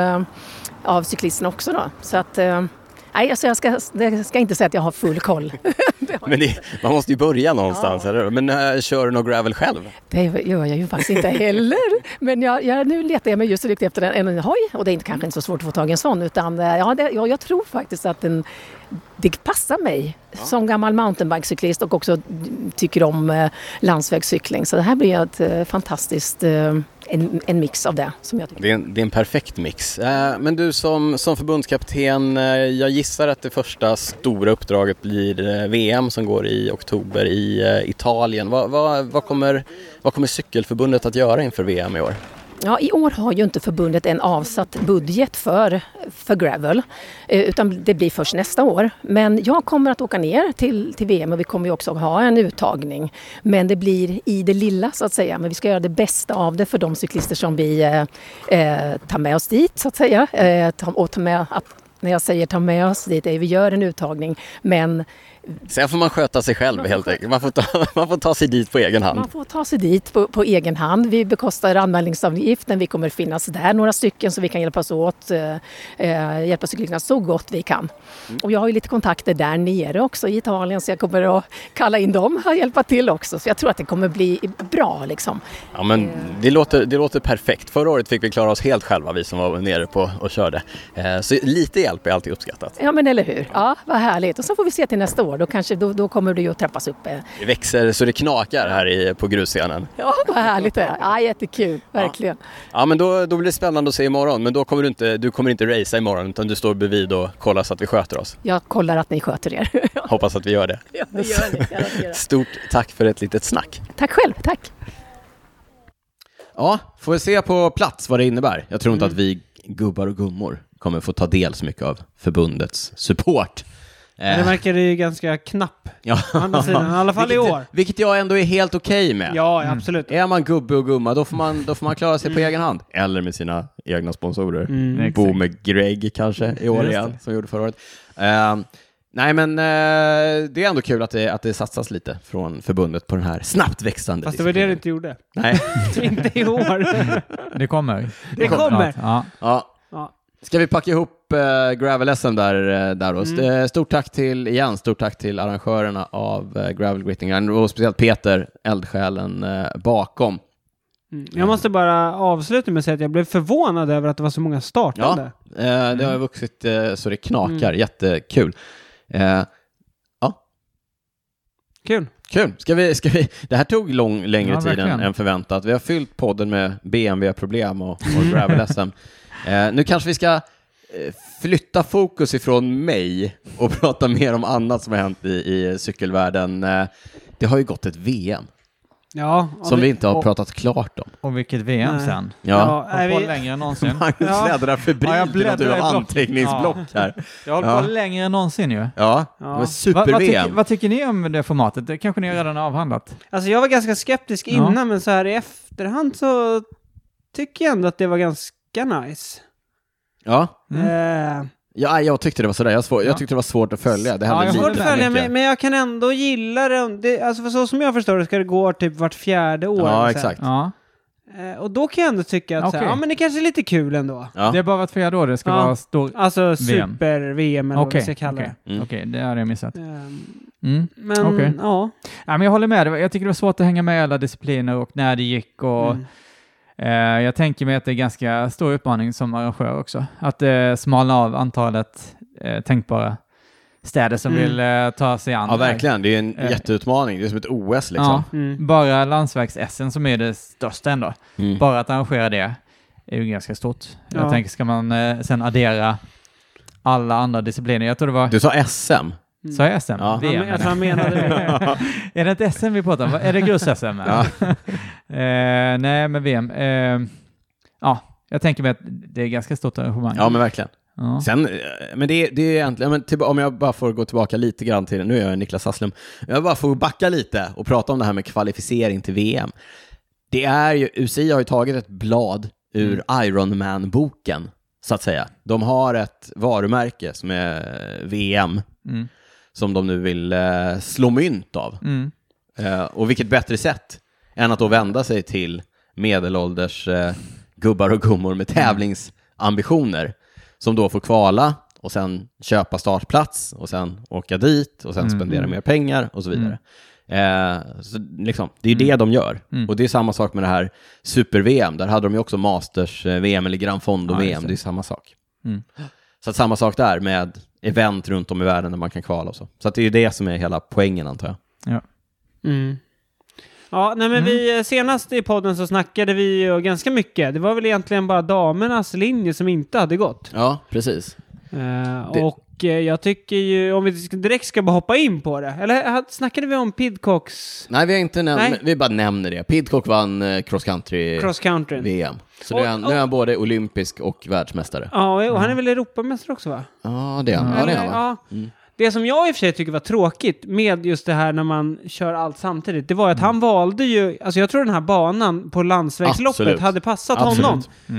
av cyklisterna också då. Så att nej, alltså jag ska inte säga att jag har full koll. Men man måste ju börja någonstans, eller? Men kör du någon gravel själv? Det gör jag ju faktiskt inte heller. Men nu letar jag mig just efter en hoj. Och det är kanske inte så svårt att få tag i en sån. Utan jag tror faktiskt att det passar mig som gammal mountainbikecyklist och också tycker om landsvägscykling. Så det här blir ett fantastiskt en mix av det som jag tycker. Det är en perfekt mix. Men du som förbundskapten, jag gissar att det första stora uppdraget blir VM som går i oktober i Italien. Vad kommer cykelförbundet att göra inför VM i år? Ja, i år har ju inte förbundet en avsatt budget för gravel, utan det blir först nästa år. Men jag kommer att åka ner till VM och vi kommer ju också ha en uttagning. Men det blir i det lilla så att säga. Men vi ska göra det bästa av det för de cyklister som vi tar med oss dit så att säga. När jag säger ta med oss dit, vi gör en uttagning, men sen får man sköta sig själv helt enkelt. Man får ta sig dit på egen hand. Man får ta sig dit på egen hand. Vi bekostar anmälningsavgiften. Vi kommer finnas där några stycken så vi kan hjälpas åt. Hjälpa cyklisterna så gott vi kan. Och jag har ju lite kontakter där nere också i Italien så jag kommer att kalla in dem och hjälpa till också. Så jag tror att det kommer bli bra liksom. Ja, men det låter perfekt. Förra året fick vi klara oss helt själva, vi som var nere på och körde. Så lite hjälp är alltid uppskattat. Ja, men eller hur? Ja, vad härligt. Och så får vi se till nästa år. Då kommer det ju att trappas upp. Det växer så det knakar här på grusscenen. Ja, vad härligt det är. Ja, jättekul, verkligen. Ja, men då blir det spännande att se imorgon. Men då kommer du kommer inte racea imorgon utan du står bredvid och kollar så att vi sköter oss. Jag kollar att ni sköter er. Hoppas att vi gör det. Ja, vi gör det. Stort tack för ett litet snack. Tack själv, tack. Ja, får vi se på plats vad det innebär. Jag tror inte att vi gubbar och gummor kommer få ta del så mycket av förbundets support. Det verkar ju ganska knapp. Ja. I alla fall i år. Vilket jag ändå är helt okej med. Ja, absolut. Är man gubbe och gumma, då får man klara sig på egen hand. Eller med sina egna sponsorer. Bo med Greg kanske i år igen, som gjorde förra året. Nej, men det är ändå kul att det satsas lite från förbundet på den här snabbt växande. Fast det var det inte gjorde. Nej. Inte i år. Det kommer. Det kommer. Ja. Ska vi packa ihop gravel-SM där då. Stort tack till arrangörerna av Gravel Gritting och speciellt Peter, eldsjälen bakom. Jag måste bara avsluta med att säga att jag blev förvånad över att det var så många startande. Ja, det har vuxit så det knakar. Jättekul. Kul. Ska vi? Det här tog längre tid än förväntat. Vi har fyllt podden med BMW-problem och gravel-SM. Nu kanske vi ska flytta fokus ifrån mig och prata mer om annat som har hänt i cykelvärlden. Det har ju gått ett VM. Ja, som vi inte har pratat klart om. Och vilket VM sen. Ja. Jag har på längre än någonsin. Magnus bläddrar febrilt i något anteckningsblock här. Jag har hållit på längre än någonsin ju. Ja. Men super-VM. Vad tycker ni om det formatet? Det kanske ni har redan avhandlat. Alltså jag var ganska skeptisk innan, men så här i efterhand så tycker jag ändå att det var ganska nice. Ja. Ja, jag tyckte det var sådär. Jag tyckte det var svårt att följa. Det hände svårt att följa, men jag kan ändå gilla det. Alltså för så som jag förstår det ska det gå typ vart 4:e år. Ja, exakt. Ja. Och då kan jag ändå tycka att så här, men det kanske är lite kul ändå. Ja. Det är bara vart 4:e år det ska vara stor alltså super-VM eller vad vi ska kalla det. Okej, det har jag missat. Men ja, men jag håller med. Jag tycker det var svårt att hänga med i alla discipliner och när det gick och jag tänker mig att det är ganska stor utmaning som arrangör också. Att smalna av antalet tänkbara städer som vill ta sig an. Ja, verkligen. Det är en jätteutmaning. Det är som ett OS liksom. Ja, bara landsvägs-SM som är det största ändå. Bara att arrangera det är ju ganska stort. Jag tänker, ska man sen addera alla andra discipliner. Jag tror det var... Du sa SM. Så är SM? Ja. VM. Jag tror han menade det. Är det ett SM vi pratar om? Är det grus-SM? Ja. Nej, men VM. Jag tänker mig att det är ganska stort arrangemang. Ja, men verkligen. Ja. Sen, men det är egentligen, om jag bara får gå tillbaka lite grann till, nu är jag Niklas Hasslum, jag bara får backa lite och prata om det här med kvalificering till VM. Det är ju, UCI har ju tagit ett blad ur Ironman-boken, så att säga. De har ett varumärke som är VM, som de nu vill slå mynt av. Och vilket bättre sätt än att då vända sig till medelålders gubbar och gummor med tävlingsambitioner som då får kvala och sen köpa startplats och sen åka dit och sen spendera mer pengar och så vidare. Så liksom, det är det de gör. Och det är samma sak med det här Super-VM. Där hade de ju också Masters-VM eller Gran Fondo-VM. Det är samma sak. Så att samma sak där med event runt om i världen där man kan kvala och så. Så att det är det som är hela poängen, antar jag. Ja. Ja, nej men vi senast i podden så snackade vi ju ganska mycket. Det var väl egentligen bara damernas linje som inte hade gått. Ja, precis. Och jag tycker ju, om vi direkt ska bara hoppa in på det. Eller snackade vi om Pidcocks? Nej, vi har inte nämnt, vi bara nämner det. Pidcock vann cross country VM. Så nu är han både olympisk och världsmästare. Ja, och han är väl Europamästare också, va? Ja, det är han. Ja. Det som jag i och för sig tycker var tråkigt med just det här när man kör allt samtidigt, det var att han valde ju, alltså jag tror den här banan på landsvägsloppet hade passat honom.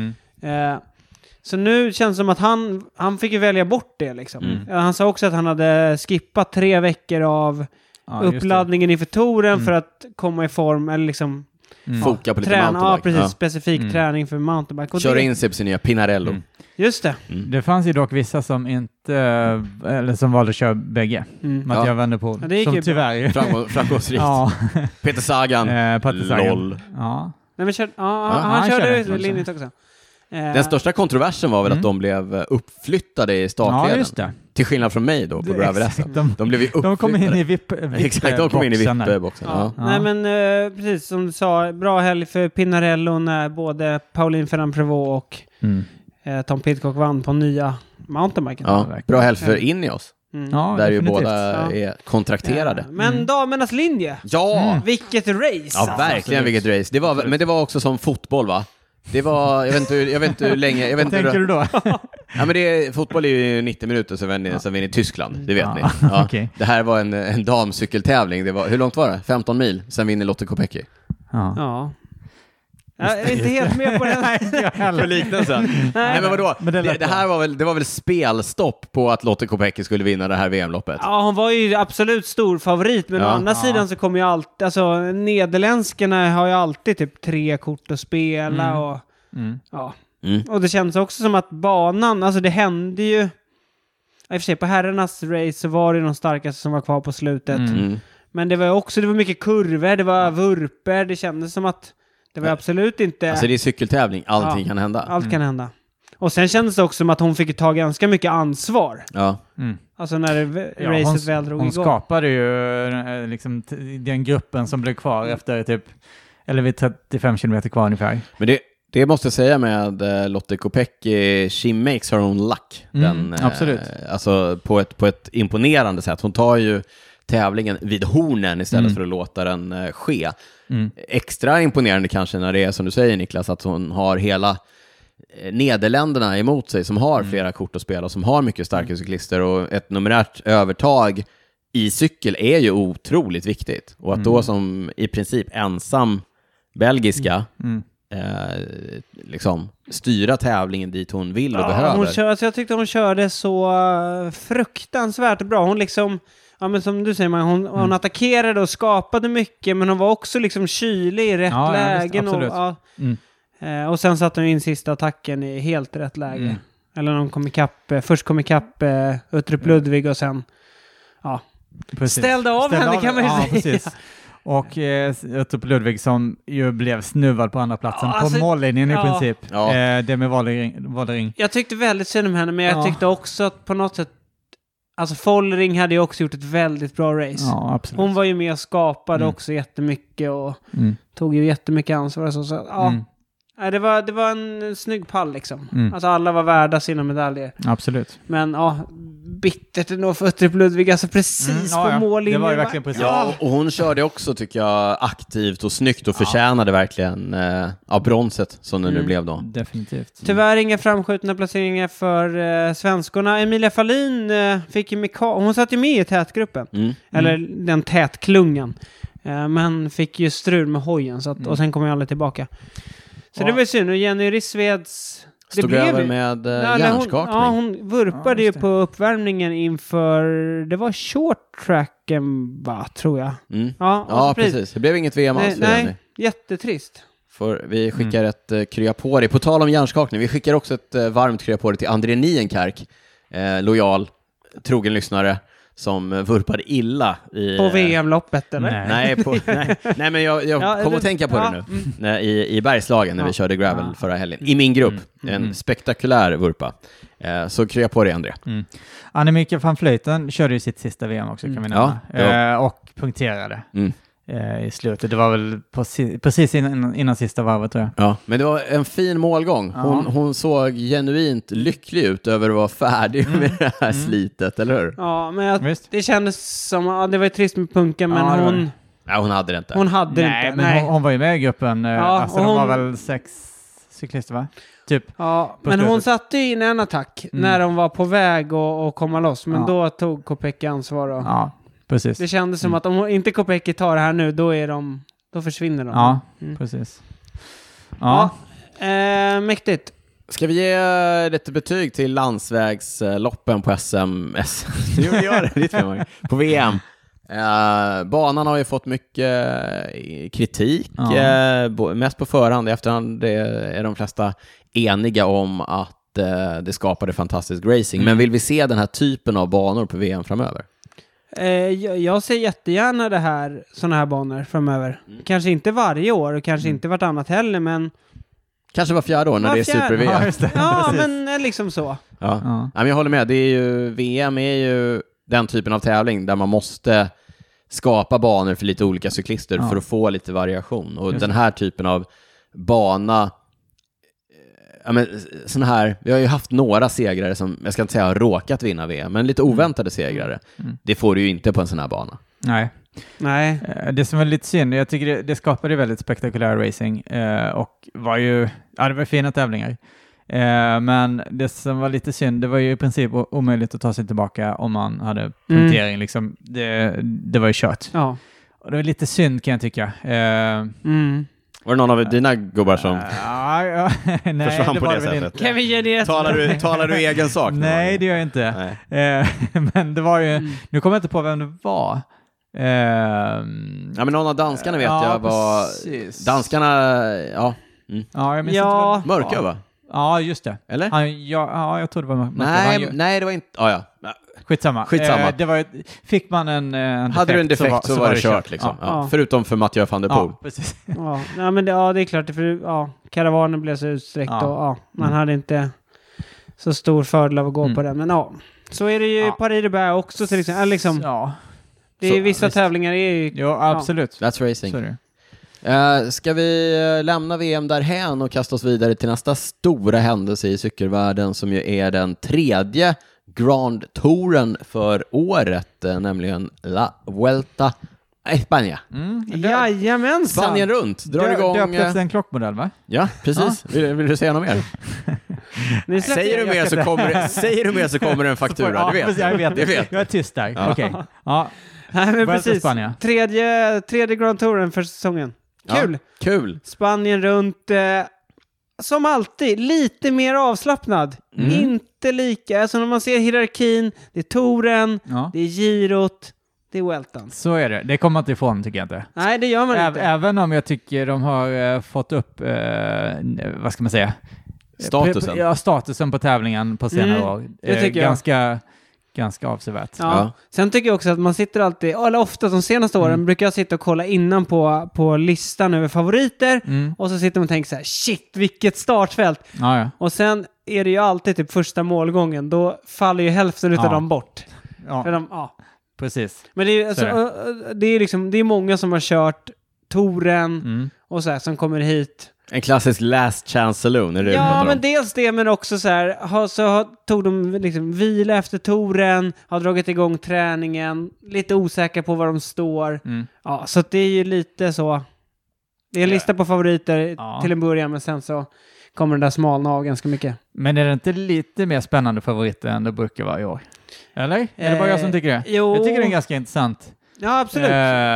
Så nu känns det som att han fick ju välja bort det liksom. Han sa också att han hade skippat 3 veckor av uppladdningen inför touren för att komma i form eller liksom foka på lite mountainbike. Ja, precis. Specifik träning för mountainbike. Köra in sig på sin nya Pinarello. Just det. Det fanns ju dock vissa som inte, eller som valde att köra bägge. Mattias Vanderpool. Som tyvärr framgångsrikt. Peter Sagan. LOL. Ja. Nej, men han körde linjet också. Den största kontroversen var väl att de blev uppflyttade i startleden. Ja, just det. Till skillnad från mig då på gravel-SM. De blev ju uppflyttade. De kom in i VIP. Exakt, de kom in i VIP-boxen. Nej, men precis som du sa, bra helg för Pinarello när både Pauline Ferrand-Prévot och Tom Pidcock vann på nya mountainbiken. Ja, bra helg för Ineos. Ja, där ju båda är kontrakterade. Men damernas linje. Ja! Vilket race. Ja, verkligen vilket race. Men det var också som fotboll, va? Det var, jag vet inte hur länge... Vad tänker du då? Ja, men fotboll är ju 90 minuter sen vinner i Tyskland, det vet ni. Ja. Okay. Det här var en damcykeltävling. Hur långt var det? 15 mil, sen vinner Lotte Kopecky. Ja. Jag är inte helt med på den här för liknelsen. Nej, men vadå? Det här var väl spelstopp på att Lotte Kopecky skulle vinna det här VM-loppet. Ja, hon var ju absolut stor favorit, men å andra sidan så kommer ju alltid, alltså nederländskarna har ju alltid typ 3 kort att spela och Och det känns också som att banan, alltså det hände ju, i och för sig på herrarnas race så var det de starkaste som var kvar på slutet. Men det var mycket kurvor, det var vurper, det kändes som att det var absolut inte... Alltså det är cykeltävling, allting kan hända. Allt kan hända. Och sen kändes det också som att hon fick ta ganska mycket ansvar. Ja. Alltså när racet väl drog igång. Hon skapade ju liksom den gruppen som blev kvar efter typ, eller vid 35 kilometer kvar ungefär. Men det måste jag säga med Lotte Kopecky, she makes her own luck. Absolut. Alltså på ett imponerande sätt. Hon tar ju tävlingen vid hornen istället för att låta den ske. Extra imponerande kanske när det är som du säger Niklas, att hon har hela Nederländerna emot sig som har flera kort att spela och som har mycket starka cyklister, och ett numerärt övertag i cykel är ju otroligt viktigt. Och att då som i princip ensam belgiska liksom styra tävlingen dit hon vill och behöver. Jag tyckte hon körde så fruktansvärt bra. Hon liksom, ja men som du säger, hon attackerade och skapade mycket, men hon var också liksom kylig i rätt lägen. Och sen satte hon in sista attacken i helt rätt läge. Eller när de kom ikapp, först kom ikapp Uttrup Ludvig och sen ställde av henne kan man ju säga. Precis. Och Uttrup Ludvig som ju blev snuvad på andra platsen på mållinjen i princip. Det med Vollering. Jag tyckte väldigt synd om henne, men jag tyckte också att på något sätt, alltså Vollering hade ju också gjort ett väldigt bra race. Ja, absolut. Hon var ju med och skapade också jättemycket och tog ju jättemycket ansvar. Det var en snygg pall liksom. Alltså alla var värda sina medaljer. Absolut. Men bittert ändå för Uttrup Ludvig, alltså precis på mållinjen. Det var ju verkligen precis. Ja, och hon körde också tycker jag aktivt och snyggt och förtjänade verkligen bronset som det nu blev då. Definitivt. Tyvärr inga framskjutna placeringar för svenskorna. Emilia Fahlin fick ju hon satt ju med i tätgruppen. Eller den tätklungan. Men fick ju strul med hojen och sen kom jag aldrig tillbaka. Så det var synd. Och Jenny Rissveds... Stod över med hjärnskakning. Hon vurpade ju på uppvärmningen inför... Det var short tracken, tror jag. Ja, precis. Det blev inget VM alls. Nej, jättetrist. För vi skickar ett kryapori. På tal om hjärnskakning, vi skickar också ett varmt kryapori till André Nienkerk. Lojal, trogen lyssnare. Som vurpade illa på VM-loppet, eller? Nej, men jag kom att tänka på det nu. I Bergslagen när vi körde gravel förra helgen. I min grupp. En spektakulär vurpa. Så krya på det, André. Annemika van Vleuten körde ju sitt sista VM också, kan vi nämna. Och punkterade. I slutet. Det var väl precis innan sista varvet, tror jag. Ja, men det var en fin målgång. Hon såg genuint lycklig ut över att vara färdig med det här slitet, eller hur? Ja, men det kändes som det var trist med punken, men hon... Ja, hon hade det inte. Hon hade det inte. Men hon var ju med i gruppen. Alltså de var väl 6 cyklister, va? Typ. Ja, men hon satte in en attack när de var på väg att komma loss. Men då tog Kopecky ansvar. Och... Precis. Det kändes som att om inte Kopecky tar det här nu, då försvinner de. Ja, precis. Mäktigt. Ska vi ge lite betyg till landsvägsloppen på SM? Jo, vi gör det. På VM. Banan har ju fått mycket kritik. Mest på förhand. I efterhand är de flesta eniga om att det skapade fantastisk racing. Men vill vi se den här typen av banor på VM framöver? Jag ser jättegärna såna här banor framöver. Kanske inte varje år och kanske inte vartannat heller, men kanske var fjärde år när det är super-VM. Ja, men liksom så. Ja. Men jag håller med. VM är ju den typen av tävling där man måste skapa banor för lite olika cyklister för att få lite variation. Och den här typen av bana, sån här, vi har ju haft några segrare som, jag ska inte säga har råkat vinna VM, men lite oväntade segrare. Det får du ju inte på en sån här bana. Nej. Det som var lite synd, jag tycker det skapade väldigt spektakulär racing och var ju, det var fina tävlingar. Men det som var lite synd, det var ju i princip omöjligt att ta sig tillbaka om man hade punktering. Liksom. Det var ju kört. Ja. Och det var lite synd, kan jag tycka. Var det någon av dina gubbar som nej, försvann på det sättet? Kan vi ge det? Talar du egen sak? Nej, det gör jag inte. Men det var ju, nu kommer jag inte på vem det var. Men någon av danskarna vet jag var... Precis. Danskarna, jag minns inte. Mörka, va? Ja, just det. Eller? Jag tror det var Nej, det var inte... Ja. Skitsamma. Fick man en defekt, hade du en defekt så var det kört liksom. Ja. Förutom för Mathieu van der Poel. Ja, precis. Men det är klart. För karavanen blev så utsträckt och man hade inte så stor fördel av att gå på den. Men så är det ju i Paris-Roubaix också till exempel. Liksom, det är vissa tävlingar är ju... Ja, absolut. That's racing. Ska vi lämna VM därhän och kasta oss vidare till nästa stora händelse i cykelvärlden som ju är den 3:e Grand Touren för året, nämligen La Vuelta a España. Jajamensan! Spanien runt. Drar igång... Döptes en klockmodell, va? Ja, precis. Vill du säga något mer? Säger du mer så kommer det en faktura, du vet. Jag är tyst där. Okej. Ja. Nej, men precis. Tredje Grand Touren för säsongen. Kul! Spanien runt... som alltid, lite mer avslappnad. Inte lika. Alltså när man ser hierarkin, det är touren, det är girot, det är Vueltan. Så är det. Det kommer man inte ifrån, tycker jag inte. Nej, det gör man inte. Även om jag tycker de har fått upp, vad ska man säga? Statusen på tävlingen på senare år. Det tycker jag. Ganska avsevärt. Ja. Sen tycker jag också att man sitter alltid, eller ofta de senaste åren brukar jag sitta och kolla innan på listan över favoriter och så sitter man och tänker så här: shit, vilket startfält. Ja. Och sen är det ju alltid typ första målgången, då faller ju hälften utav dem bort. Ja. För Precis. Men det är alltså, det är många som har kört touren och så här, som kommer hit. En klassisk last chance saloon, är det? Ja, men dels det, men också så här, tog de liksom vila efter touren, har dragit igång träningen, lite osäkra på var de står. Ja, så det är ju lite så. Det är en lista på favoriter till en början, men sen så kommer den där smalna av ganska mycket. Men är det inte lite mer spännande favoriter än det brukar vara i år? Eller? Är det bara jag som tycker det? Jo. Jag tycker det är ganska intressant. Ja, absolut.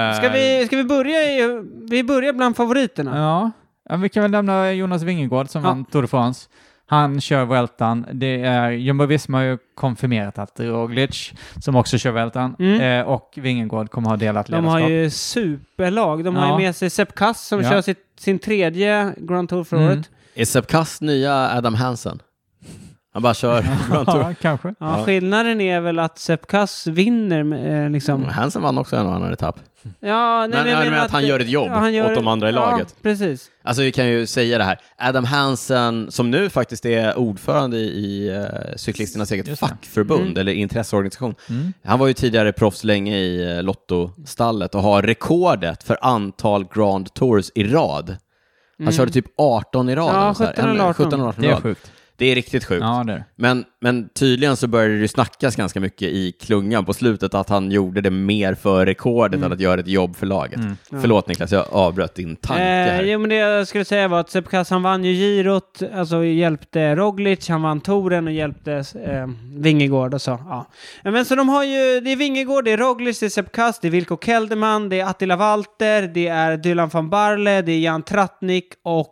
Ska vi börja vi börjar bland favoriterna? Ja, vi kan väl nämna Jonas Vingegaard som vann Tour de France. Han kör Vueltan. Det är Jumbo-Visma har ju konfirmerat att Roglic som också kör Vueltan och Vingegaard kommer ha delat ledarskap. De har ju superlag. De har ju med sig Sepp Kuss som kör sin tredje Grand Tour för året. Är Sepp Kuss nya Adam Hansen? Han bara kör Grand Tour. Ja, kanske. Ja, skillnaden är väl att Sepp Kuss vinner liksom. Hansen vann också en annan etapp. Ja, men att han gör ett jobb åt de andra i laget. Precis. Alltså vi kan ju säga det här. Adam Hansen, som nu faktiskt är ordförande i cyklisternas eget fackförbund eller intresseorganisation. Han var ju tidigare proffs länge i Lotto-stallet och har rekordet för antal Grand Tours i rad. Han körde typ 18 i rad. Ja, 17-18 Det är sjukt. Det är riktigt sjukt. Ja, det är. Men tydligen så började det snackas ganska mycket i klungan på slutet att han gjorde det mer för rekordet än att göra ett jobb för laget. Förlåt Niklas, jag avbröt din tanke här. Jo, men det jag skulle säga var att Sepp Kuss, han vann ju girot, alltså hjälpte Roglic, han vann touren och hjälpte Vingegaard och så. Ja. Men så de har ju, det är Vingegaard, det är Roglic, det är Sepp Kuss, det är Wilco Kelderman, det är Attila Walter, det är Dylan van Barle, det är Jan Tratnik och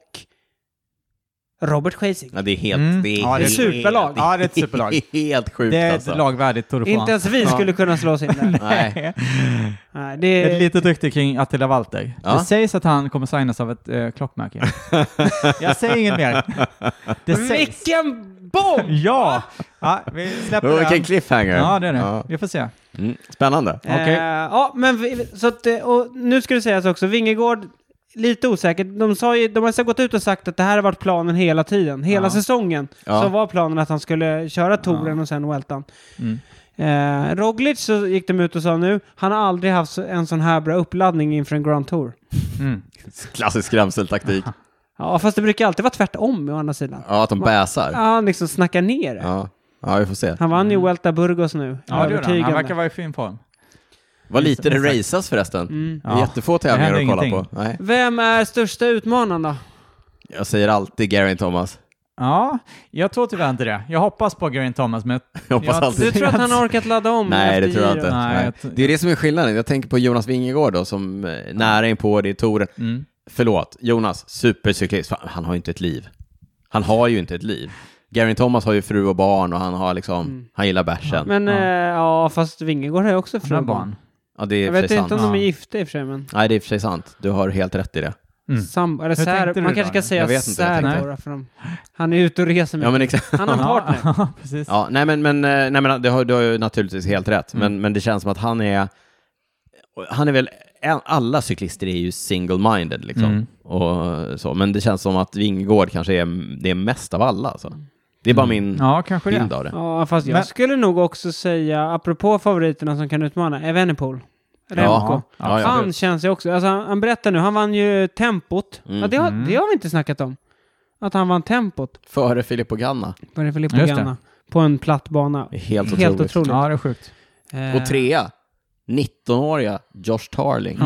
Robert Geising. Ja, det är helt... Det är ett superlag. Ja, det är ett superlag. Helt sjukt. Det är ett lagvärdigt Tour de France. Inte ens vi skulle kunna slå sig in där. Nej. Det är... Ett litet rykte kring Attila Walter. Det sägs att han kommer signas av ett klockmärke. Jag säger inget mer. Vilken bomb! Ja, vi släpper det. Vilken cliffhanger. Ja, det är det. Ja. Vi får se. Spännande. Ja, men så att, och nu ska det sägas också, Vingegaard lite osäkert. De har gått ut och sagt att det här har varit planen hela tiden. Hela säsongen. Så var planen att han skulle köra touren och sen Vueltan. Roglic så gick de ut och sa nu, han har aldrig haft en sån här bra uppladdning inför en Grand Tour. Klassisk skrämseltaktik. Ja, fast det brukar alltid vara tvärtom å andra sidan. Ja, att de bäsar. Ja, han liksom snackar ner det. Ja, vi får se. Han vann ju Vuelta Burgos nu. Ja, det gjorde han. Han verkar vara i fin form. Vad lite det raceas förresten. Det är jättefå tävlingar att kolla på. Nej. Vem är största utmanaren då? Jag säger alltid Geraint Thomas. Ja, jag tror tyvärr inte det. Jag hoppas på Geraint Thomas, men du tror att han har orkat ladda om? Nej, det tror jag inte. Nej. Det är det som är skillnaden. Jag tänker på Jonas Vingegaard då, som nära in på det i touren. Förlåt, Jonas, supercyklist. Han har ju inte ett liv. Han har ju inte ett liv. Geraint Thomas har ju fru och barn och han har liksom, han gillar bärsen. Men fast Vingegaard har ju också fru och barn. Ja, det är jag vet inte sant. om de är gifta i och för sig, men... Nej, det är för sig sant. Du har helt rätt i det. Man kanske ska säga särbo. Han är ute och reser med. Han har en partner. Precis. Ja, nej men du har ju naturligtvis helt rätt. Men det känns som att han är väl, alla cyklister är ju single-minded liksom. Och så. Men det känns som att Vingegård kanske är det mest av alla. Alltså. Det är bara min bild av det. Ja, fast jag skulle nog också säga, apropå favoriterna som kan utmana, Evenepoel. Remco. Han känns ju också, alltså han berättar nu, han vann ju tempot. Ja, det har vi inte snackat om. Att han vann tempot. Före Filippo Ganna. På en platt bana. Helt otroligt. Ja, det är sjukt. Och 3, 19-åriga Josh Tarling.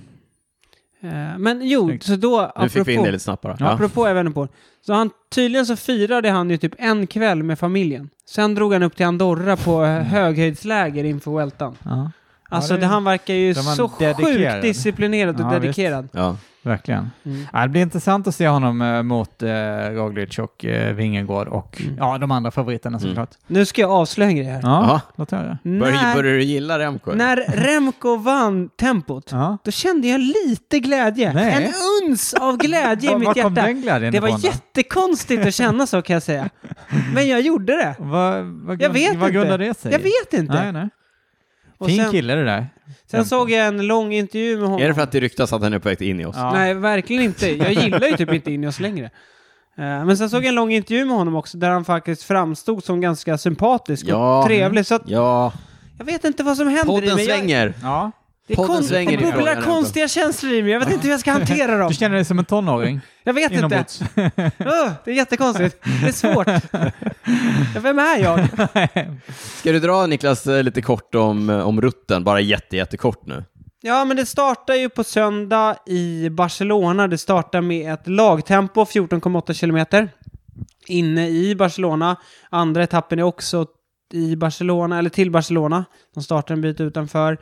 Men så då... Nu fick vi in det lite snabbare. Apropå Evenepoel. Så tydligen så firade han ju typ en kväll med familjen. Sen drog han upp till Andorra på höghöjdsläger inför Vueltan. Alltså han verkar ju så sjukt disciplinerad och dedikerad. Ja. Verkligen. Det blir intressant att se honom mot Roglic och Vingegaard och de andra favoriterna såklart. Nu ska jag avslöja en grej här. Ja, låt höra. Börjar du gilla Remco? När Remco vann tempot, då kände jag lite glädje. En uns av glädje i mitt hjärta. Det var jättekonstigt att känna så, kan jag säga. Men jag gjorde det. Vad grundar det sig? Jag vet inte. Nej. Fin kille det där. Sen såg jag en lång intervju med honom. Är det för att det ryktas att han är på väg in i oss? Nej, verkligen inte. Jag gillar ju typ inte in i oss längre. Men sen såg jag en lång intervju med honom också, där han faktiskt framstod som ganska sympatisk och trevlig. Så att jag vet inte vad som händer. Podden svänger. Det är bubblar konstiga känslor i mig. Jag vet inte hur jag ska hantera dem. Du känner dig som en tonåring? Jag vet inte. Det är jättekonstigt. Det är svårt. Vem är jag? Ska du dra, Niklas, lite kort om rutten? Bara jättekort nu. Ja, men det startar ju på söndag i Barcelona. Det startar med ett lagtempo, 14,8 kilometer. Inne i Barcelona. Andra etappen är också i Barcelona, eller till Barcelona. De startar en bit utanför.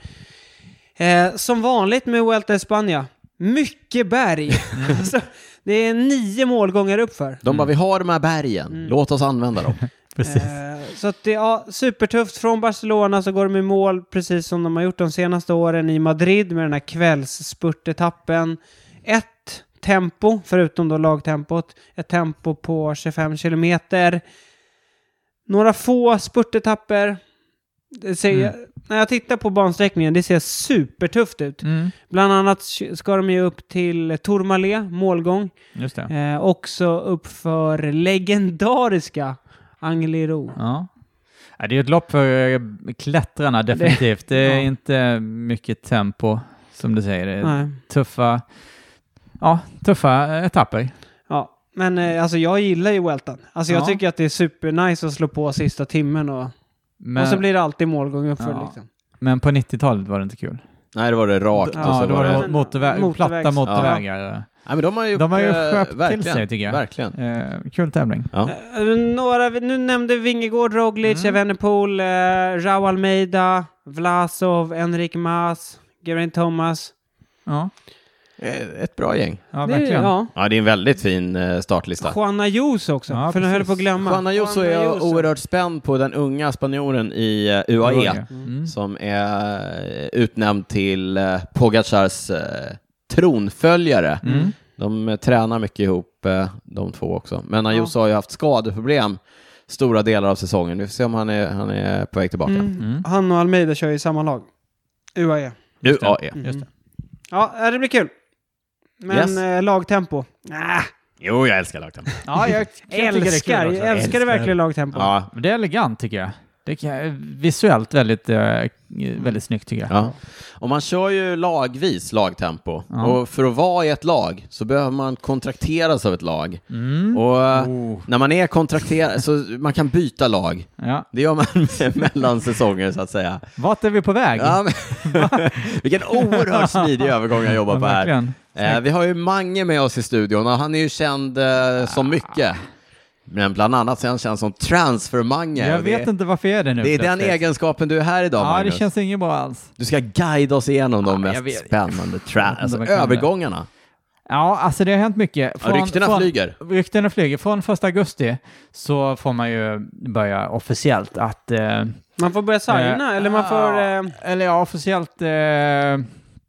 Som vanligt med Vuelta i Spanien. Mycket berg. Så det är 9 målgångar uppför. De bara, vi har de här bergen. Låt oss använda dem. Precis. Så att det är supertufft. Från Barcelona så går de i mål precis som de har gjort de senaste åren i Madrid med den här kvällsspurtetappen. Ett tempo, förutom då lagtempot. Ett tempo på 25 kilometer. Några få spurtetapper. När jag tittar på bansträckningen, det ser supertufft ut. Bland annat ska de ju upp till Tourmalet, målgång. Just det. Också upp för legendariska Angliru. Ja. Det är ju ett lopp för klättrarna, definitivt. Det är inte mycket tempo, som du säger. Det är tuffa etapper. Ja, men alltså jag gillar ju Vueltan. Alltså jag tycker att det är supernice att slå på sista timmen och så blir det alltid målgång uppför liksom. Men på 90-talet var det inte kul. Nej, det var det rakt. Och så var det platta motorvägar. Ja, men de har ju skärpt till sig, tycker jag. Verkligen. Kul tävling. Ja. Nu nämnde Vingegaard, Roglic, Evenepoel, João Almeida, Vlasov, Enric Mas, Geraint Thomas. Ja. Ett bra gäng. Ja, verkligen. Ja, det är en väldigt fin startlista. Juan Ayuso också, för nu höll på att glömma. Juan Ayuso är jag oerhört spänd på, den unga spanjoren i UAE. Som är utnämnd till Pogacars tronföljare. De tränar mycket ihop, de två också. Men Ayuso har ju haft skadeproblem stora delar av säsongen. Vi får se om han är på väg tillbaka. Han och Almeida kör i samma lag. UAE. Just det. Ja, det blir kul. Men lagtempo. Jo, jag älskar lagtempo. Ja, jag älskar det verkligen lagtempo. Ja. Det är elegant, tycker jag. Det är visuellt väldigt snyggt, tycker jag. Ja. Och man kör ju lagvis lagtempo. Ja. Och för att vara i ett lag så behöver man kontrakteras av ett lag. Och när man är kontrakterad så man kan byta lag. Ja. Det gör man mellan säsonger, så att säga. Vart är vi på väg? Ja, vilken oerhört smidig övergång jag jobbar på här. Vi har ju Mange med oss i studion och han är ju känd som mycket. Men bland annat så är han känd som transfer-Mange. Jag vet inte varför jag är det nu. Det är den egenskapen du är här idag, Magnus. Ja, det känns inget bra alls. Du ska guida oss igenom de mest spännande övergångarna. Ja, alltså det har hänt mycket. Ryktena flyger. Från 1 augusti så får man ju börja officiellt att... man får börja signa, eller man får... Eller officiellt...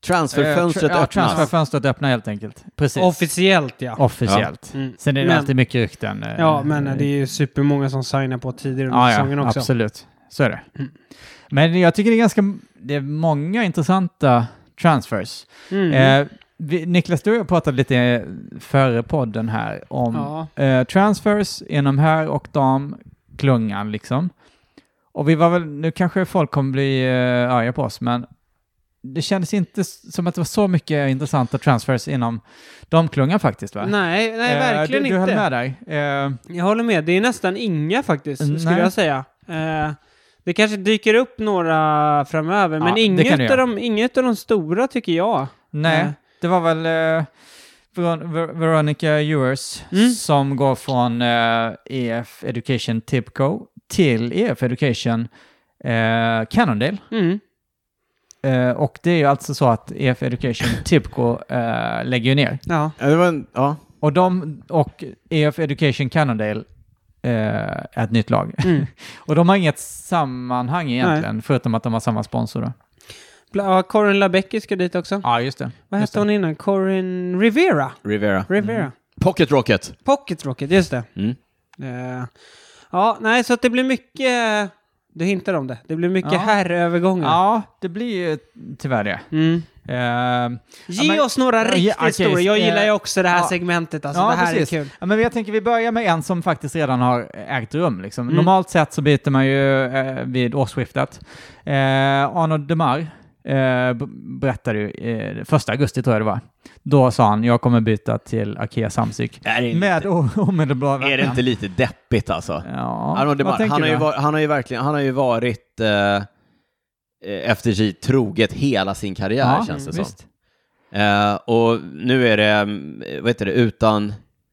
Transferfönstret öppnas. Transferfönstret öppnar helt enkelt. Precis. Officiellt, ja. Officiellt. Ja. Sen är det alltid mycket rykten. Ja, men det är ju supermånga som signar på tidigare under säsongen också. Absolut. Så är det. Men jag tycker det är många intressanta transfers. Niklas, du och jag pratade lite före podden här om transfers inom här och damklungan liksom. Och vi var väl, nu kanske folk kommer bli arga på oss, men det kändes inte som att det var så mycket intressanta transfers inom damklungan faktiskt, va? Nej, verkligen inte. Du höll med där. Jag håller med, det är nästan inga faktiskt, skulle jag säga. Det kanske dyker upp några framöver, men inget av de stora tycker jag. Nej, det var väl Veronica Ewers som går från EF Education Tipco till EF Education Cannondale. Och det är ju alltså så att EF Education Tipco lägger ju ner. Ja. Och EF Education Cannondale är ett nytt lag. Och de har inget sammanhang egentligen, förutom att de har samma sponsor då. Corinne Labecki ska dit också. Ja, just det. Vad hette hon innan? Corinne Rivera. Pocket Rocket, just det. Så att det blir mycket... Du hintar om det. Det blir mycket herrövergångar. Ja, det blir ju tyvärr det. Ge oss några riktigt stora. Jag gillar ju också det här segmentet. Alltså, det här precis. är kul. Ja, men jag tänker vi börjar med en som faktiskt redan har ägt rum. Liksom. Normalt sett så byter man ju vid årsskiftet. Arnaud Demar berättade ju 1 augusti tror jag det var. Då sa han, jag kommer byta till Arkea Samsic. Med omedelbar verkan. Är det inte lite deppigt alltså? Ja, han har ju varit FDJ troget hela sin karriär, känns det som. Och nu är det, utan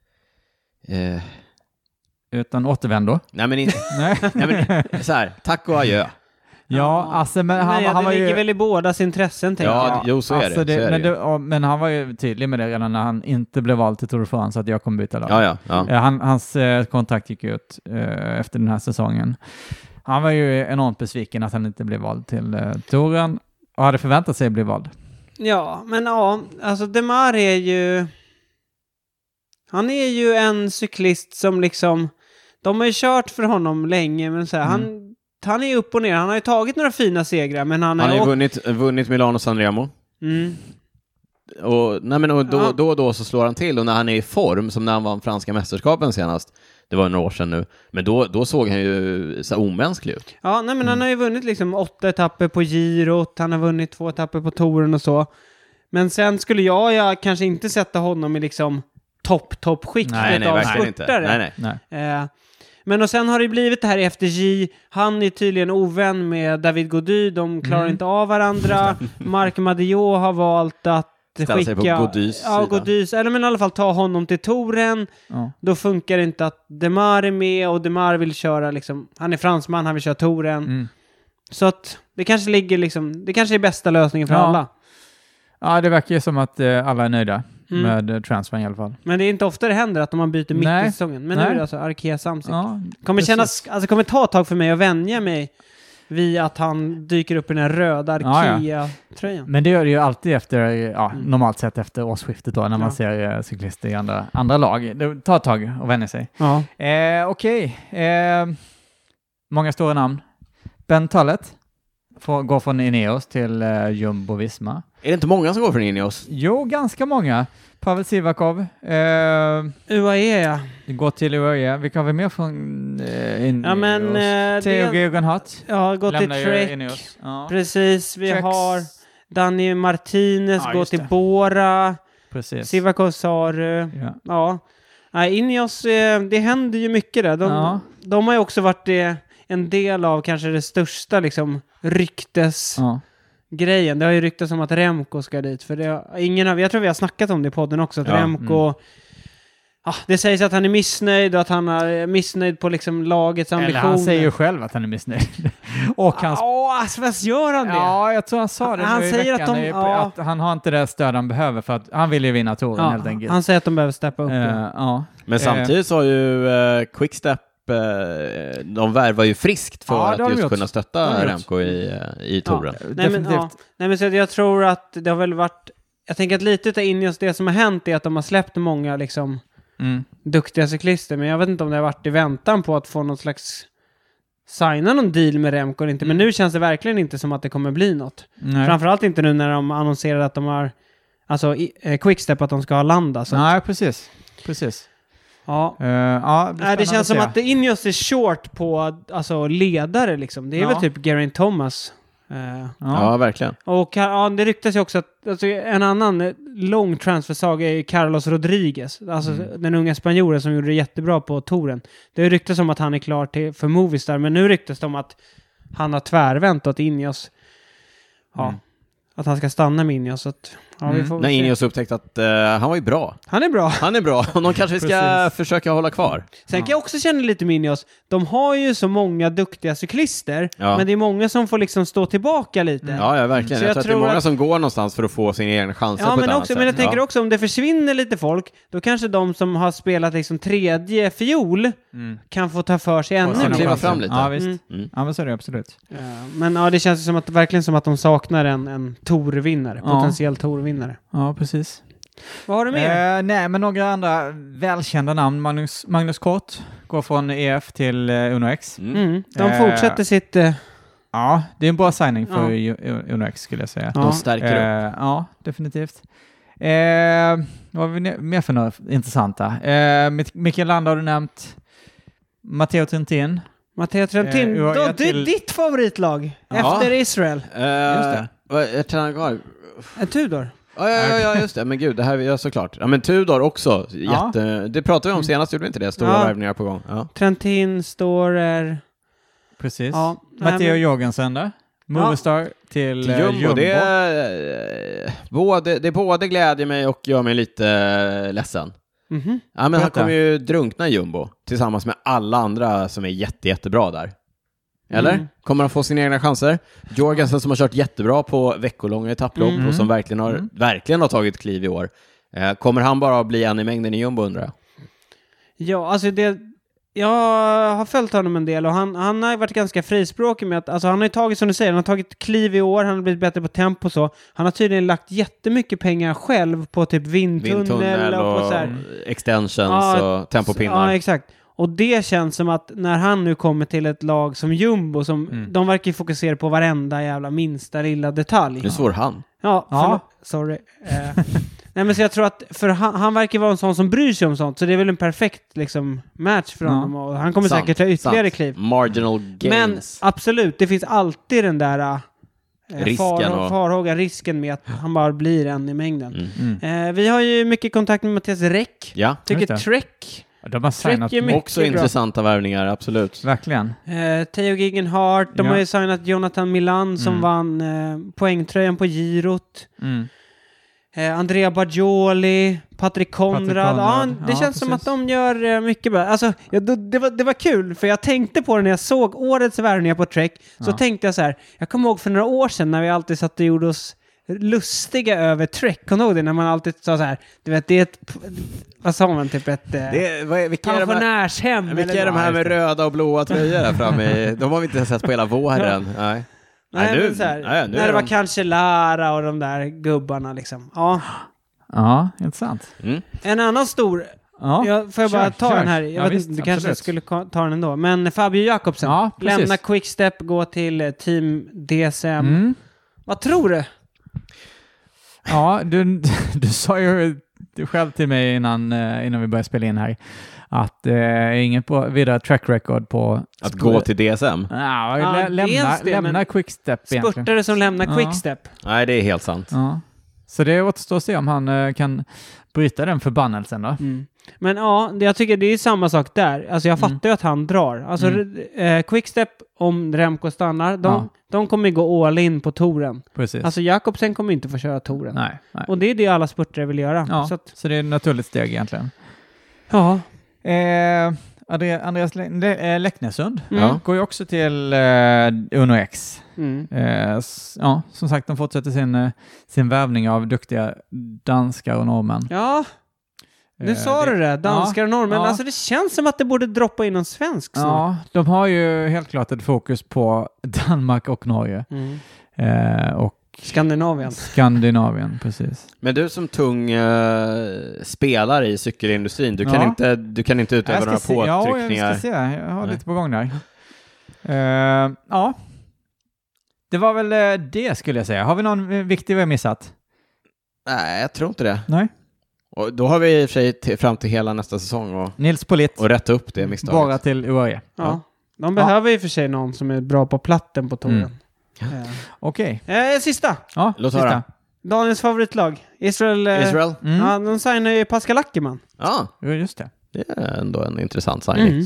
återvändo. Nej men så här, tack och adjö. Ja, alltså men han var ju... ligger väl i bådas intressen, tänker jag. Ja, jo, så är det. Men han var ju tydlig med det redan när han inte blev vald till Tour de France, att jag kommer byta lag. Ja. Hans kontrakt gick ut efter den här säsongen. Han var ju enormt besviken att han inte blev vald till touren och hade förväntat sig att bli vald. Ja, men alltså Demar är ju... Han är ju en cyklist som liksom... De har ju kört för honom länge, men så här, han är upp och ner. Han har ju tagit några fina segrar, men han har ju vunnit Milano Sanremo. Och då så slår han till, och när han är i form, som när han vann franska mästerskapen senast, det var några år sedan nu, men då såg han ju så omänsklig ut. Ja, men han har ju vunnit liksom 8 etapper på Girot, han har vunnit 2 etapper på touren och så. Men sen skulle jag kanske inte sätta honom i liksom topp-skiktet av spurtare. Nej. Men och sen har det blivit det här i FDJ. Han är tydligen ovän med David Gody. De klarar inte av varandra. Marc Madiot har valt att ställa sig på Godys sida. Godys. Eller men i alla fall ta honom till touren. Då funkar det inte att Demar är med, och Demar vill köra liksom, han är fransman, han vill köra touren. Så att det kanske ligger liksom, det kanske är bästa lösningen för alla. Ja, det verkar ju som att alla är nöjda med transfer i alla fall. Men det är inte ofta det händer att man byter mitt i säsongen. Men nu är det alltså Arkea Samsic. Kommer ta ett tag för mig att vänja mig vid att han dyker upp i den här röda Arkea-tröjan. Men det gör det ju alltid efter, normalt sett efter årsskiftet då, när man ser cyklister i andra lag. Det tar ett tag att vänja sig. Okej. Många stora namn. Ben Tullet går från Ineos till Jumbo Visma. Är det inte många som går från Ineos? Jo, ganska många. Pavel Sivakov. UAE, går till UAE. Vilka har vi mer från Ineos? Theo Geoghegan-Hart. Ja, går till Trek. Precis, vi har Dani Martinez, går till Bora. Precis. Sivakov sa du. Ineos, det händer ju mycket där. De har ju också varit en del av kanske det största liksom ryktesgrejen. Det har ju ryktats om att Remco ska dit, för jag tror vi har snackat om det i podden också, att Remco det sägs att han är missnöjd och att han är missnöjd på liksom lagets ambitioner. Eller han säger ju själv att han är missnöjd. Och vad gör han det? Ja, jag tror han sa det. Han säger att han har inte det stöd han behöver, för att han vill ju vinna touren helt enkelt. Han säger att de behöver steppa upp. Men samtidigt så har ju Quickstep de värvar ju friskt för att just kunna stötta Remco i touren. Ja, nej, men så jag tror att det har väl varit, jag tänker att lite av Ineos, det som har hänt är att de har släppt många liksom duktiga cyklister, men jag vet inte om det har varit i väntan på att få någon slags signa någon deal med Remco eller inte, men nu känns det verkligen inte som att det kommer bli något. Nej. Framförallt inte nu när de annonserar att de har Quickstep, att de ska ha landa. Så nej, precis. Ja. Det känns som att Ineos är short på ledare liksom. Det är väl typ Geraint Thomas. Ja, verkligen. Och det ryktas ju också att en annan lång transfersaga är Carlos Rodriguez. Den unga spanjoren som gjorde det jättebra på touren. Det ryktas om att han är klar för Movistar, men nu ryktas det om att han har tvärvänt och att Ineos att han ska stanna med Ineos. Så att, när Ineos upptäckt att han var ju bra. Han är bra. Och de kanske ska försöka hålla kvar. Sen kan jag också känna lite med Ineos. De har ju så många duktiga cyklister, men det är många som får liksom stå tillbaka lite. Ja, verkligen. Så jag tror att det är många som går någonstans för att få sin egen chanser på ett annat sätt. Men jag tänker också, om det försvinner lite folk, då kanske de som har spelat liksom tredje fiol kan få ta för sig ännu mer. Kliva fram lite. Ja, visst. Ja, men så är det absolut. Men det känns som att verkligen som att de saknar en tourvinnare, potentiell tourvinnare. Ja, precis. Vad har du mer? Nej, men några andra välkända namn. Magnus Kort går från EF till Uno X. De fortsätter sitt... Ja, det är en bra signing för Uno X, skulle jag säga. De stärker upp. Ja, definitivt. Vad har vi mer för några intressanta? Mikael Landa har du nämnt. Matteo Trentin. Det är ditt favoritlag efter Israel. Just det. En Tudor. Ja, just det. Men gud, det här är såklart. Ja, men Tudor också. Det pratade vi om senast, gjorde vi inte det? Stora värvningar på gång. Ja. Trentin, Storer. Precis. Ja, Matteo Jorgensen där. Movistar till Jumbo. Det både glädjer mig och gör mig lite ledsen. Ja, men han kommer ju drunkna i Jumbo tillsammans med alla andra som är jättebra där. Eller? Kommer han få sina egna chanser? Jorgensen som har kört jättebra på veckolånga etapplopp och som verkligen har tagit kliv i år. Kommer han bara bli en i mängden i Jumbo, undrar jag? Ja, jag har följt honom en del och han har varit ganska frispråkig med att han har tagit, som du säger, han har tagit kliv i år, han har blivit bättre på tempo och så. Han har tydligen lagt jättemycket pengar själv på typ vindtunnel och på så här extensions och tempopinnar. Ja, exakt. Och det känns som att när han nu kommer till ett lag som Jumbo, som de verkar fokusera på varenda jävla minsta lilla detalj. Nu svor han. Ja. Sorry. Nej, men så jag tror att för han verkar vara en sån som bryr sig om sånt, så det är väl en perfekt liksom match för honom, och han kommer säkert ta ytterligare kliv. Marginal gains. Men absolut, det finns alltid den där risken med att han bara blir en i mängden. Vi har ju mycket kontakt med Mattias Räck. Ja. Tycker Trek. De har signat också bra. Intressanta värvningar, absolut. Verkligen. Theo Gegenhardt, de har ju signat Jonathan Milan som vann poängtröjan på Girot. Andrea Bajoli, Patrick Konrad. Det känns som att de gör mycket bra. Alltså, det var kul, för jag tänkte på det när jag såg årets värvningar på Trek. Så tänkte jag så här, jag kommer ihåg för några år sedan när vi alltid satt och gjorde oss lustiga över Trek. Kommer du ihåg det? När man alltid sa så här, du vet, det är ett, vad sa man, typ ett pensionärshem. Vilka är de här med röda och blåa tröjor där framme? De har vi inte sett på hela våren. Nej. Nej, men så här, när det var kanske Lara och de där gubbarna liksom. Ja, intressant. En annan stor... får jag bara ta den här? Jag vet inte, du kanske skulle ta den ändå. Men Fabio Jakobsen, lämna Quickstep, gå till Team DSM. Vad tror du? Ja, du sa ju själv till mig innan vi började spela in här att inget vidare track record på att gå till DSM. Lämna Quickstep egentligen. Spurtare som lämnar Quickstep. Nej, det är helt sant. Ja. Så det återstår att se om han kan bryta den förbannelsen då. Men jag tycker det är samma sak där. Alltså jag fattar ju att han drar. Alltså Quickstep, om Remco stannar, de kommer gå all in på touren. Precis. Alltså Jakobsen kommer inte få köra touren. Nej. Och det är det alla spurtare vill göra. Ja, så det är ett naturligt steg egentligen. Ja. Andreas Läcknesund går ju också till Uno X. Som sagt, de fortsätter sin värvning av duktiga danskar och norrmän. Ja. Nu sa du det, danskar och norrmän. Ja. Alltså det känns som att det borde droppa in någon svensk snart. Ja, de har ju helt klart ett fokus på Danmark och Norge. Och Skandinavien, precis. Men du som tung spelare i cykelindustrin, du kan inte utöva några påtryckningar. Ja, jag ska se. Jag har lite på gång där. Ja. Det var väl det skulle jag säga. Har vi någon viktig vi har missat? Nej, jag tror inte det. Nej. Och då har vi i och för sig fram till hela nästa säsong och Nils Polit och rätta upp det misstaget. Bara till UAE. Ja. De behöver ju för sig någon som är bra på platten på touren. Okej. Sista. Ja, låt höra. Daniels favoritlag. Israel. Ja, de signar ju Pascal Ackerman. Ja, just det. Det är ändå en intressant signing.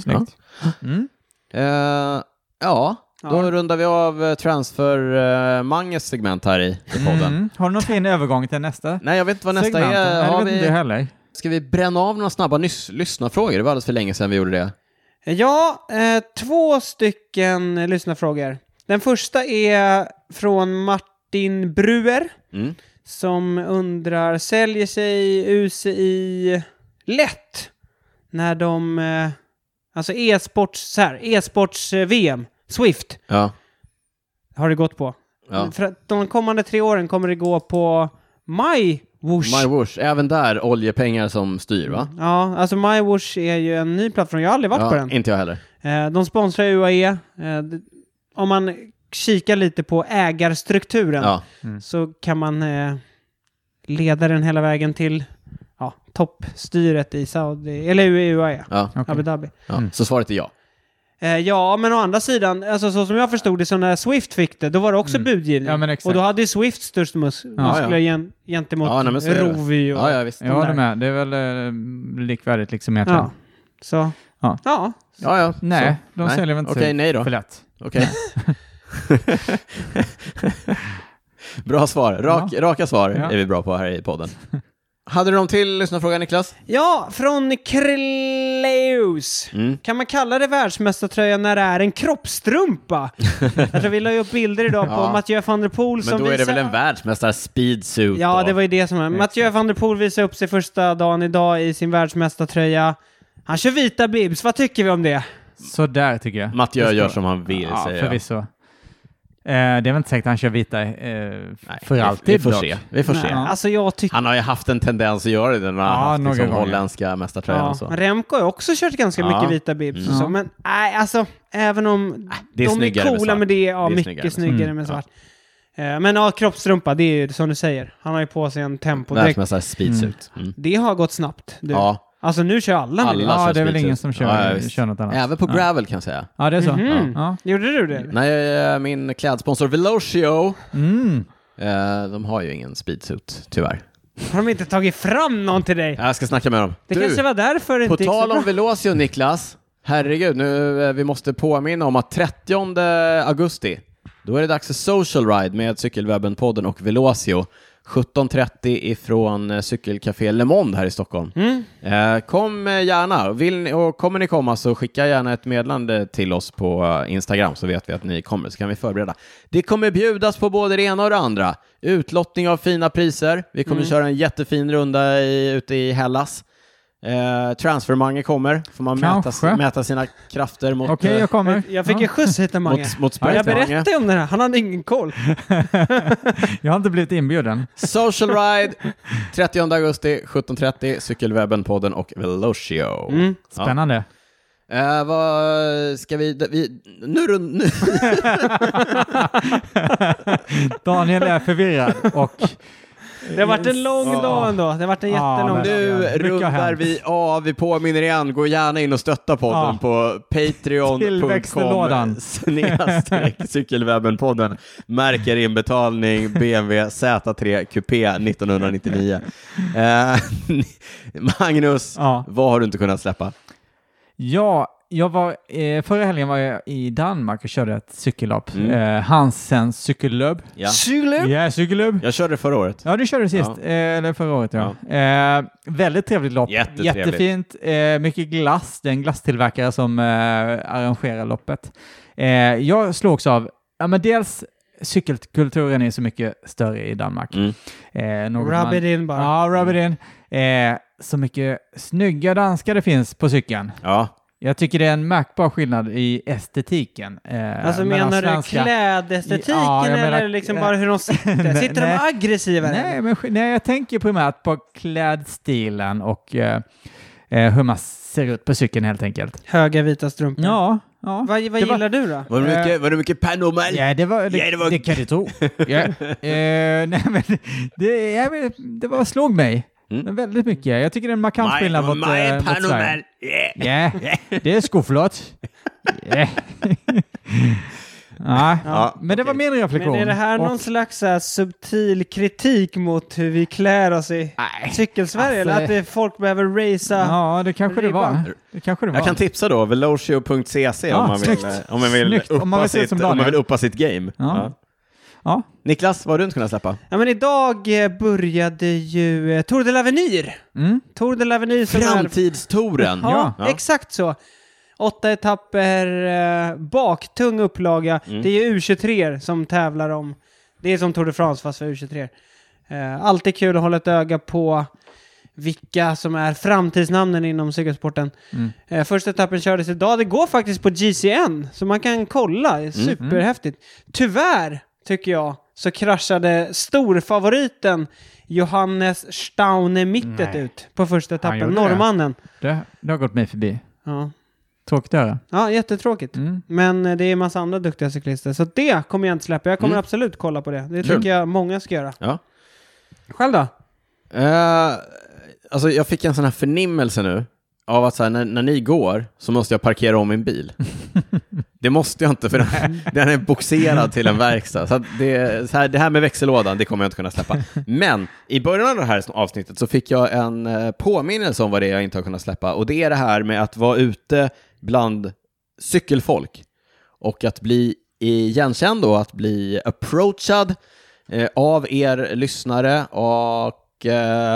Då rundar vi av transfer-Manges segment här i podden. Har du någon fin övergång till nästa? Nej, jag vet inte vad nästa segment är. Jag vet inte heller. Ska vi bränna av några snabba lyssnarfrågor? Det var alldeles för länge sedan vi gjorde det. Ja, 2 stycken lyssnarfrågor. Den första är från Martin Bruer som undrar, säljer sig UCI lätt när de alltså e-sports VM Swift har det gått på. För att de kommande 3 åren kommer det gå på MyWhoosh. Även där oljepengar som styr, va? Ja, alltså MyWhoosh är ju en ny plattform. Jag har aldrig varit på den. Inte jag heller. De sponsrar UAE. Om man kikar lite på ägarstrukturen så kan man leda den hela vägen till toppstyret i Saudi eller UAE. Abu Dhabi. Så svaret är ja. Ja, men å andra sidan, alltså så som jag förstod det, så när Swift fick det, då var det också budgivning. Och då hade ju Swift störst muskler gentemot Rovi. Ja, visst. Ja, det är väl likvärdigt liksom egentligen. Ja. Så. Ja. Nej, de säljer väl inte för lätt. Okej. Bra svar. Raka svar är vi bra på här i podden. Hade du någon till lyssnarfråga, Niklas? Ja, från Krilleus. Kan man kalla det världsmästartröja när det är en kroppstrumpa? Jag vill ha upp bilder idag på Mathieu van der Poel som visar... Men då är det väl en världsmästar speedsuit? Ja, det var ju det som var. Mathieu van der Poel visar upp sig första dagen idag i sin världsmästartröja. Han kör vita bibs. Vad tycker vi om det? Så där tycker jag. Mathieu gör som han vill, säger jag. Förvisso. Det är väl inte säkert att han kör vita för alltid. Vi får se. Alltså, jag tycker... Han har ju haft en tendens att göra det när han har haft liksom holländska mästartröjan och så. Remco har också kört ganska mycket vita bibs och så. Men alltså, även om de är coola med det, mycket snyggare med svart. Men kroppstrumpa, det är ju som du säger. Han har ju på sig en tempo. Världsmästare speedsuit. Det har gått snabbt. Alltså nu kör alla med det. Ja, det är väl ingen som kör något annat. Även på gravel kan jag säga. Ja, det är så. Gjorde du det? Nej, min klädsponsor Velocio. De har ju ingen speedsuit, tyvärr. Har de inte tagit fram någon till dig? Jag ska snacka med dem. Det kanske var därför det inte gick så bra. På tal om Velocio, Niklas. Herregud, nu vi måste påminna om att 30 augusti, då är det dags för Social Ride med Cykelwebben-podden och Velocio. 17.30 ifrån Cykelcafé Le Monde här i Stockholm. Kom gärna. Kommer ni komma så skicka gärna ett meddelande till oss på Instagram så vet vi att ni kommer, så kan vi förbereda. Det kommer bjudas på både det ena och det andra. Utlottning av fina priser. Vi kommer köra en jättefin runda ute i Hellas. Transfer-Mange kommer. Får man mäta sina krafter mot... Okej, jag kommer. Jag fick en skjuts hit Mange. Mot jag berättade om det här. Han hade ingen koll. Jag har inte blivit inbjuden. Social Ride 30 augusti 17.30 Cykelwebben-podden och Velocio. Spännande. Vad ska vi nu. Daniel är förvirrad och det har varit en lång dag ändå. Det har varit en jättelång dag. Nu rundar vi av. Vi påminner igen. Gå gärna in och stötta podden på patreon.com /cykelwebben-podden. Märker inbetalning BMW Z3 Coupé 1999. Magnus, vad har du inte kunnat släppa? Ja, jag var förra helgen var jag i Danmark och körde ett cykellopp. Hansens cykellöb. Ja. Cykellöb. Jag körde förra året. Ja, du körde sist. Eller förra året, väldigt trevligt lopp. Jättefint. Mycket glass. Det är en glasstillverkare som arrangerar loppet. Jag slogs av, men dels cykelkulturen är så mycket större i Danmark. Rub it in bara. Ja, rub it in. så mycket snygga danskar det finns på cykeln. Ja. Jag tycker det är en märkbar skillnad i estetiken. Alltså menar du klädestetiken eller liksom bara hur de sitter? Sitter de aggressiva? Nej, jag tänker primärt på klädstilen och hur man ser ut på cykeln helt enkelt. Höga vita strumpor. Ja. Vad gillar du då? Var det mycket pannor? Ja, det kan du tro. Nej, men det var slog mig. Väldigt mycket. Jag tycker det är en markant skillnad mot Sverige. Ja, det är skoflott. Men det var min reflektion. Men är det här någon slags subtil kritik mot hur vi klär oss i Cykelsverige? Eller att folk behöver racea? Ja, det kanske det var. Jag kan tipsa då, velocio.cc om man vill uppa sitt game. Ja. Niklas, vad har du inte kunnat släppa? Ja, men idag började ju Tour de l'Avenir. Tour de l'Avenir som Framtidstouren. Ja, exakt så. 8 etapper, baktung upplaga. Det är ju U23 som tävlar om. Det är som Tour de France fast för U23. Alltid kul att hålla ett öga på vilka som är framtidsnamnen inom cykelsporten. Första etappen kördes idag. Det går faktiskt på GCN så man kan kolla. Superhäftigt. Tyvärr tycker jag så kraschade storfavoriten Johannes Staune mittet ut på första etappen. Norrmannen. Det har gått mig förbi. Ja. Tråkigt det. Ja, jättetråkigt. Men det är en massa andra duktiga cyklister. Så det kommer jag inte släppa. Jag kommer absolut kolla på det. Det tycker jag många ska göra. Ja. Själv då? Alltså jag fick en sån här förnimmelse nu av att så här, när ni går så måste jag parkera om min bil. Det måste jag inte för den är boxerad till en verkstad. Så, att det här med växellådan, det kommer jag inte kunna släppa. Men i början av det här avsnittet så fick jag en påminnelse om vad det är jag inte har kunnat släppa. Och det är det här med att vara ute bland cykelfolk och att bli igenkänd och att bli approachad av er lyssnare och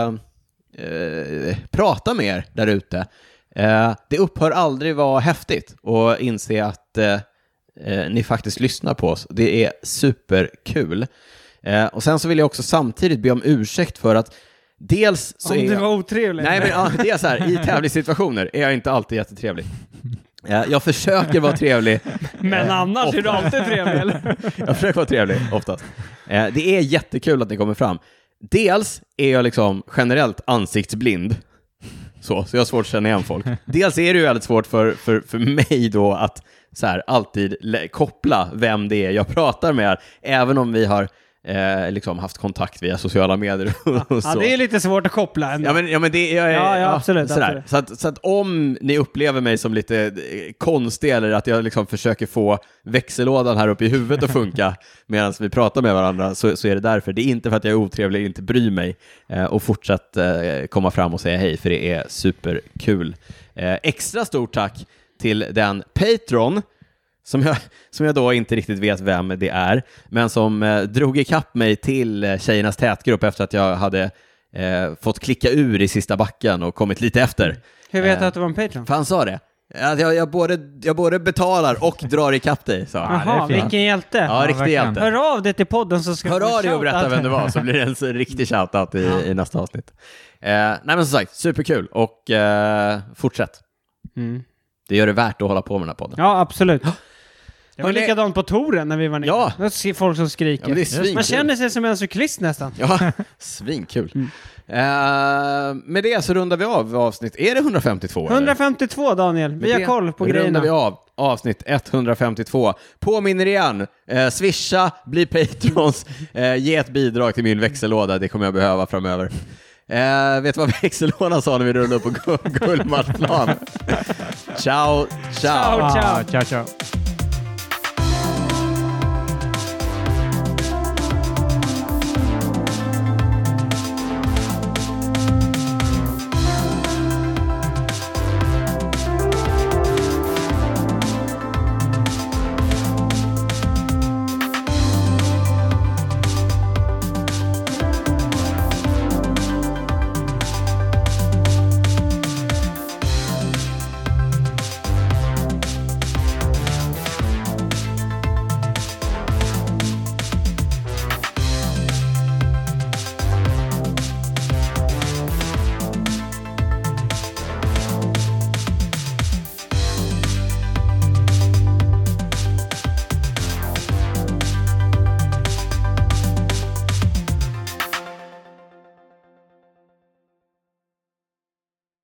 prata med er där ute. Det upphör aldrig vara häftigt och inse att ni faktiskt lyssnar på oss. Det är superkul. Och sen så vill jag också samtidigt be om ursäkt för att dels så om det var otrevligt. Nej, men det är så här, i tävlingssituationer är jag inte alltid jättetrevlig. Jag försöker vara trevlig. Men annars är du alltid trevlig, eller? Jag försöker vara trevlig, oftast. Det är jättekul att ni kommer fram. Dels är jag liksom generellt ansiktsblind. Så jag har svårt att känna igen folk. Dels är det ju väldigt svårt för mig då att så här, alltid koppla vem det är jag pratar med. Även om vi har liksom haft kontakt via sociala medier och så. Ja, det är lite svårt att koppla ändå. Ja, men det absolut. Så att om ni upplever mig som lite konstig eller att jag liksom försöker få växellådan här uppe i huvudet att funka medan vi pratar med varandra så är det därför. Det är inte för att jag är otrevlig, inte bryr mig och fortsatt komma fram och säga hej, för det är superkul. Extra stort tack till den Patreon som jag då inte riktigt vet vem det är, men som drog ikapp mig till tjejernas tätgrupp efter att jag hade fått klicka ur i sista backen och kommit lite efter. Hur vet du att det var en Patreon? För han sa det. Jag både betalar och drar ikapp dig. Jaha, vilken hjälte. Ja, riktig hjälte. Hör av dig till podden så ska hör av dig och berätta vem det var så blir det en riktig shoutout i nästa avsnitt. Nej, men som sagt, superkul och fortsätt. Det gör det värt att hålla på med den här podden. Ja, absolut. Det var likadant på touren när vi var nere. Ja. Det är folk som skriker. Ja, man känner sig som en cyklist nästan. Ja, svinkul. Med det så rundar vi av avsnitt. Är det 152? 152 eller? Daniel, vi har koll på grejerna. Rundar vi av avsnitt 152. Påminner igen, swisha, bli patrons, ge ett bidrag till min växellåda. Det kommer jag behöva framöver. Vet du vad växellådan sa när vi rullade upp på Gullmarsplan? Ciao, ciao. Ciao, ciao. Ciao, ciao.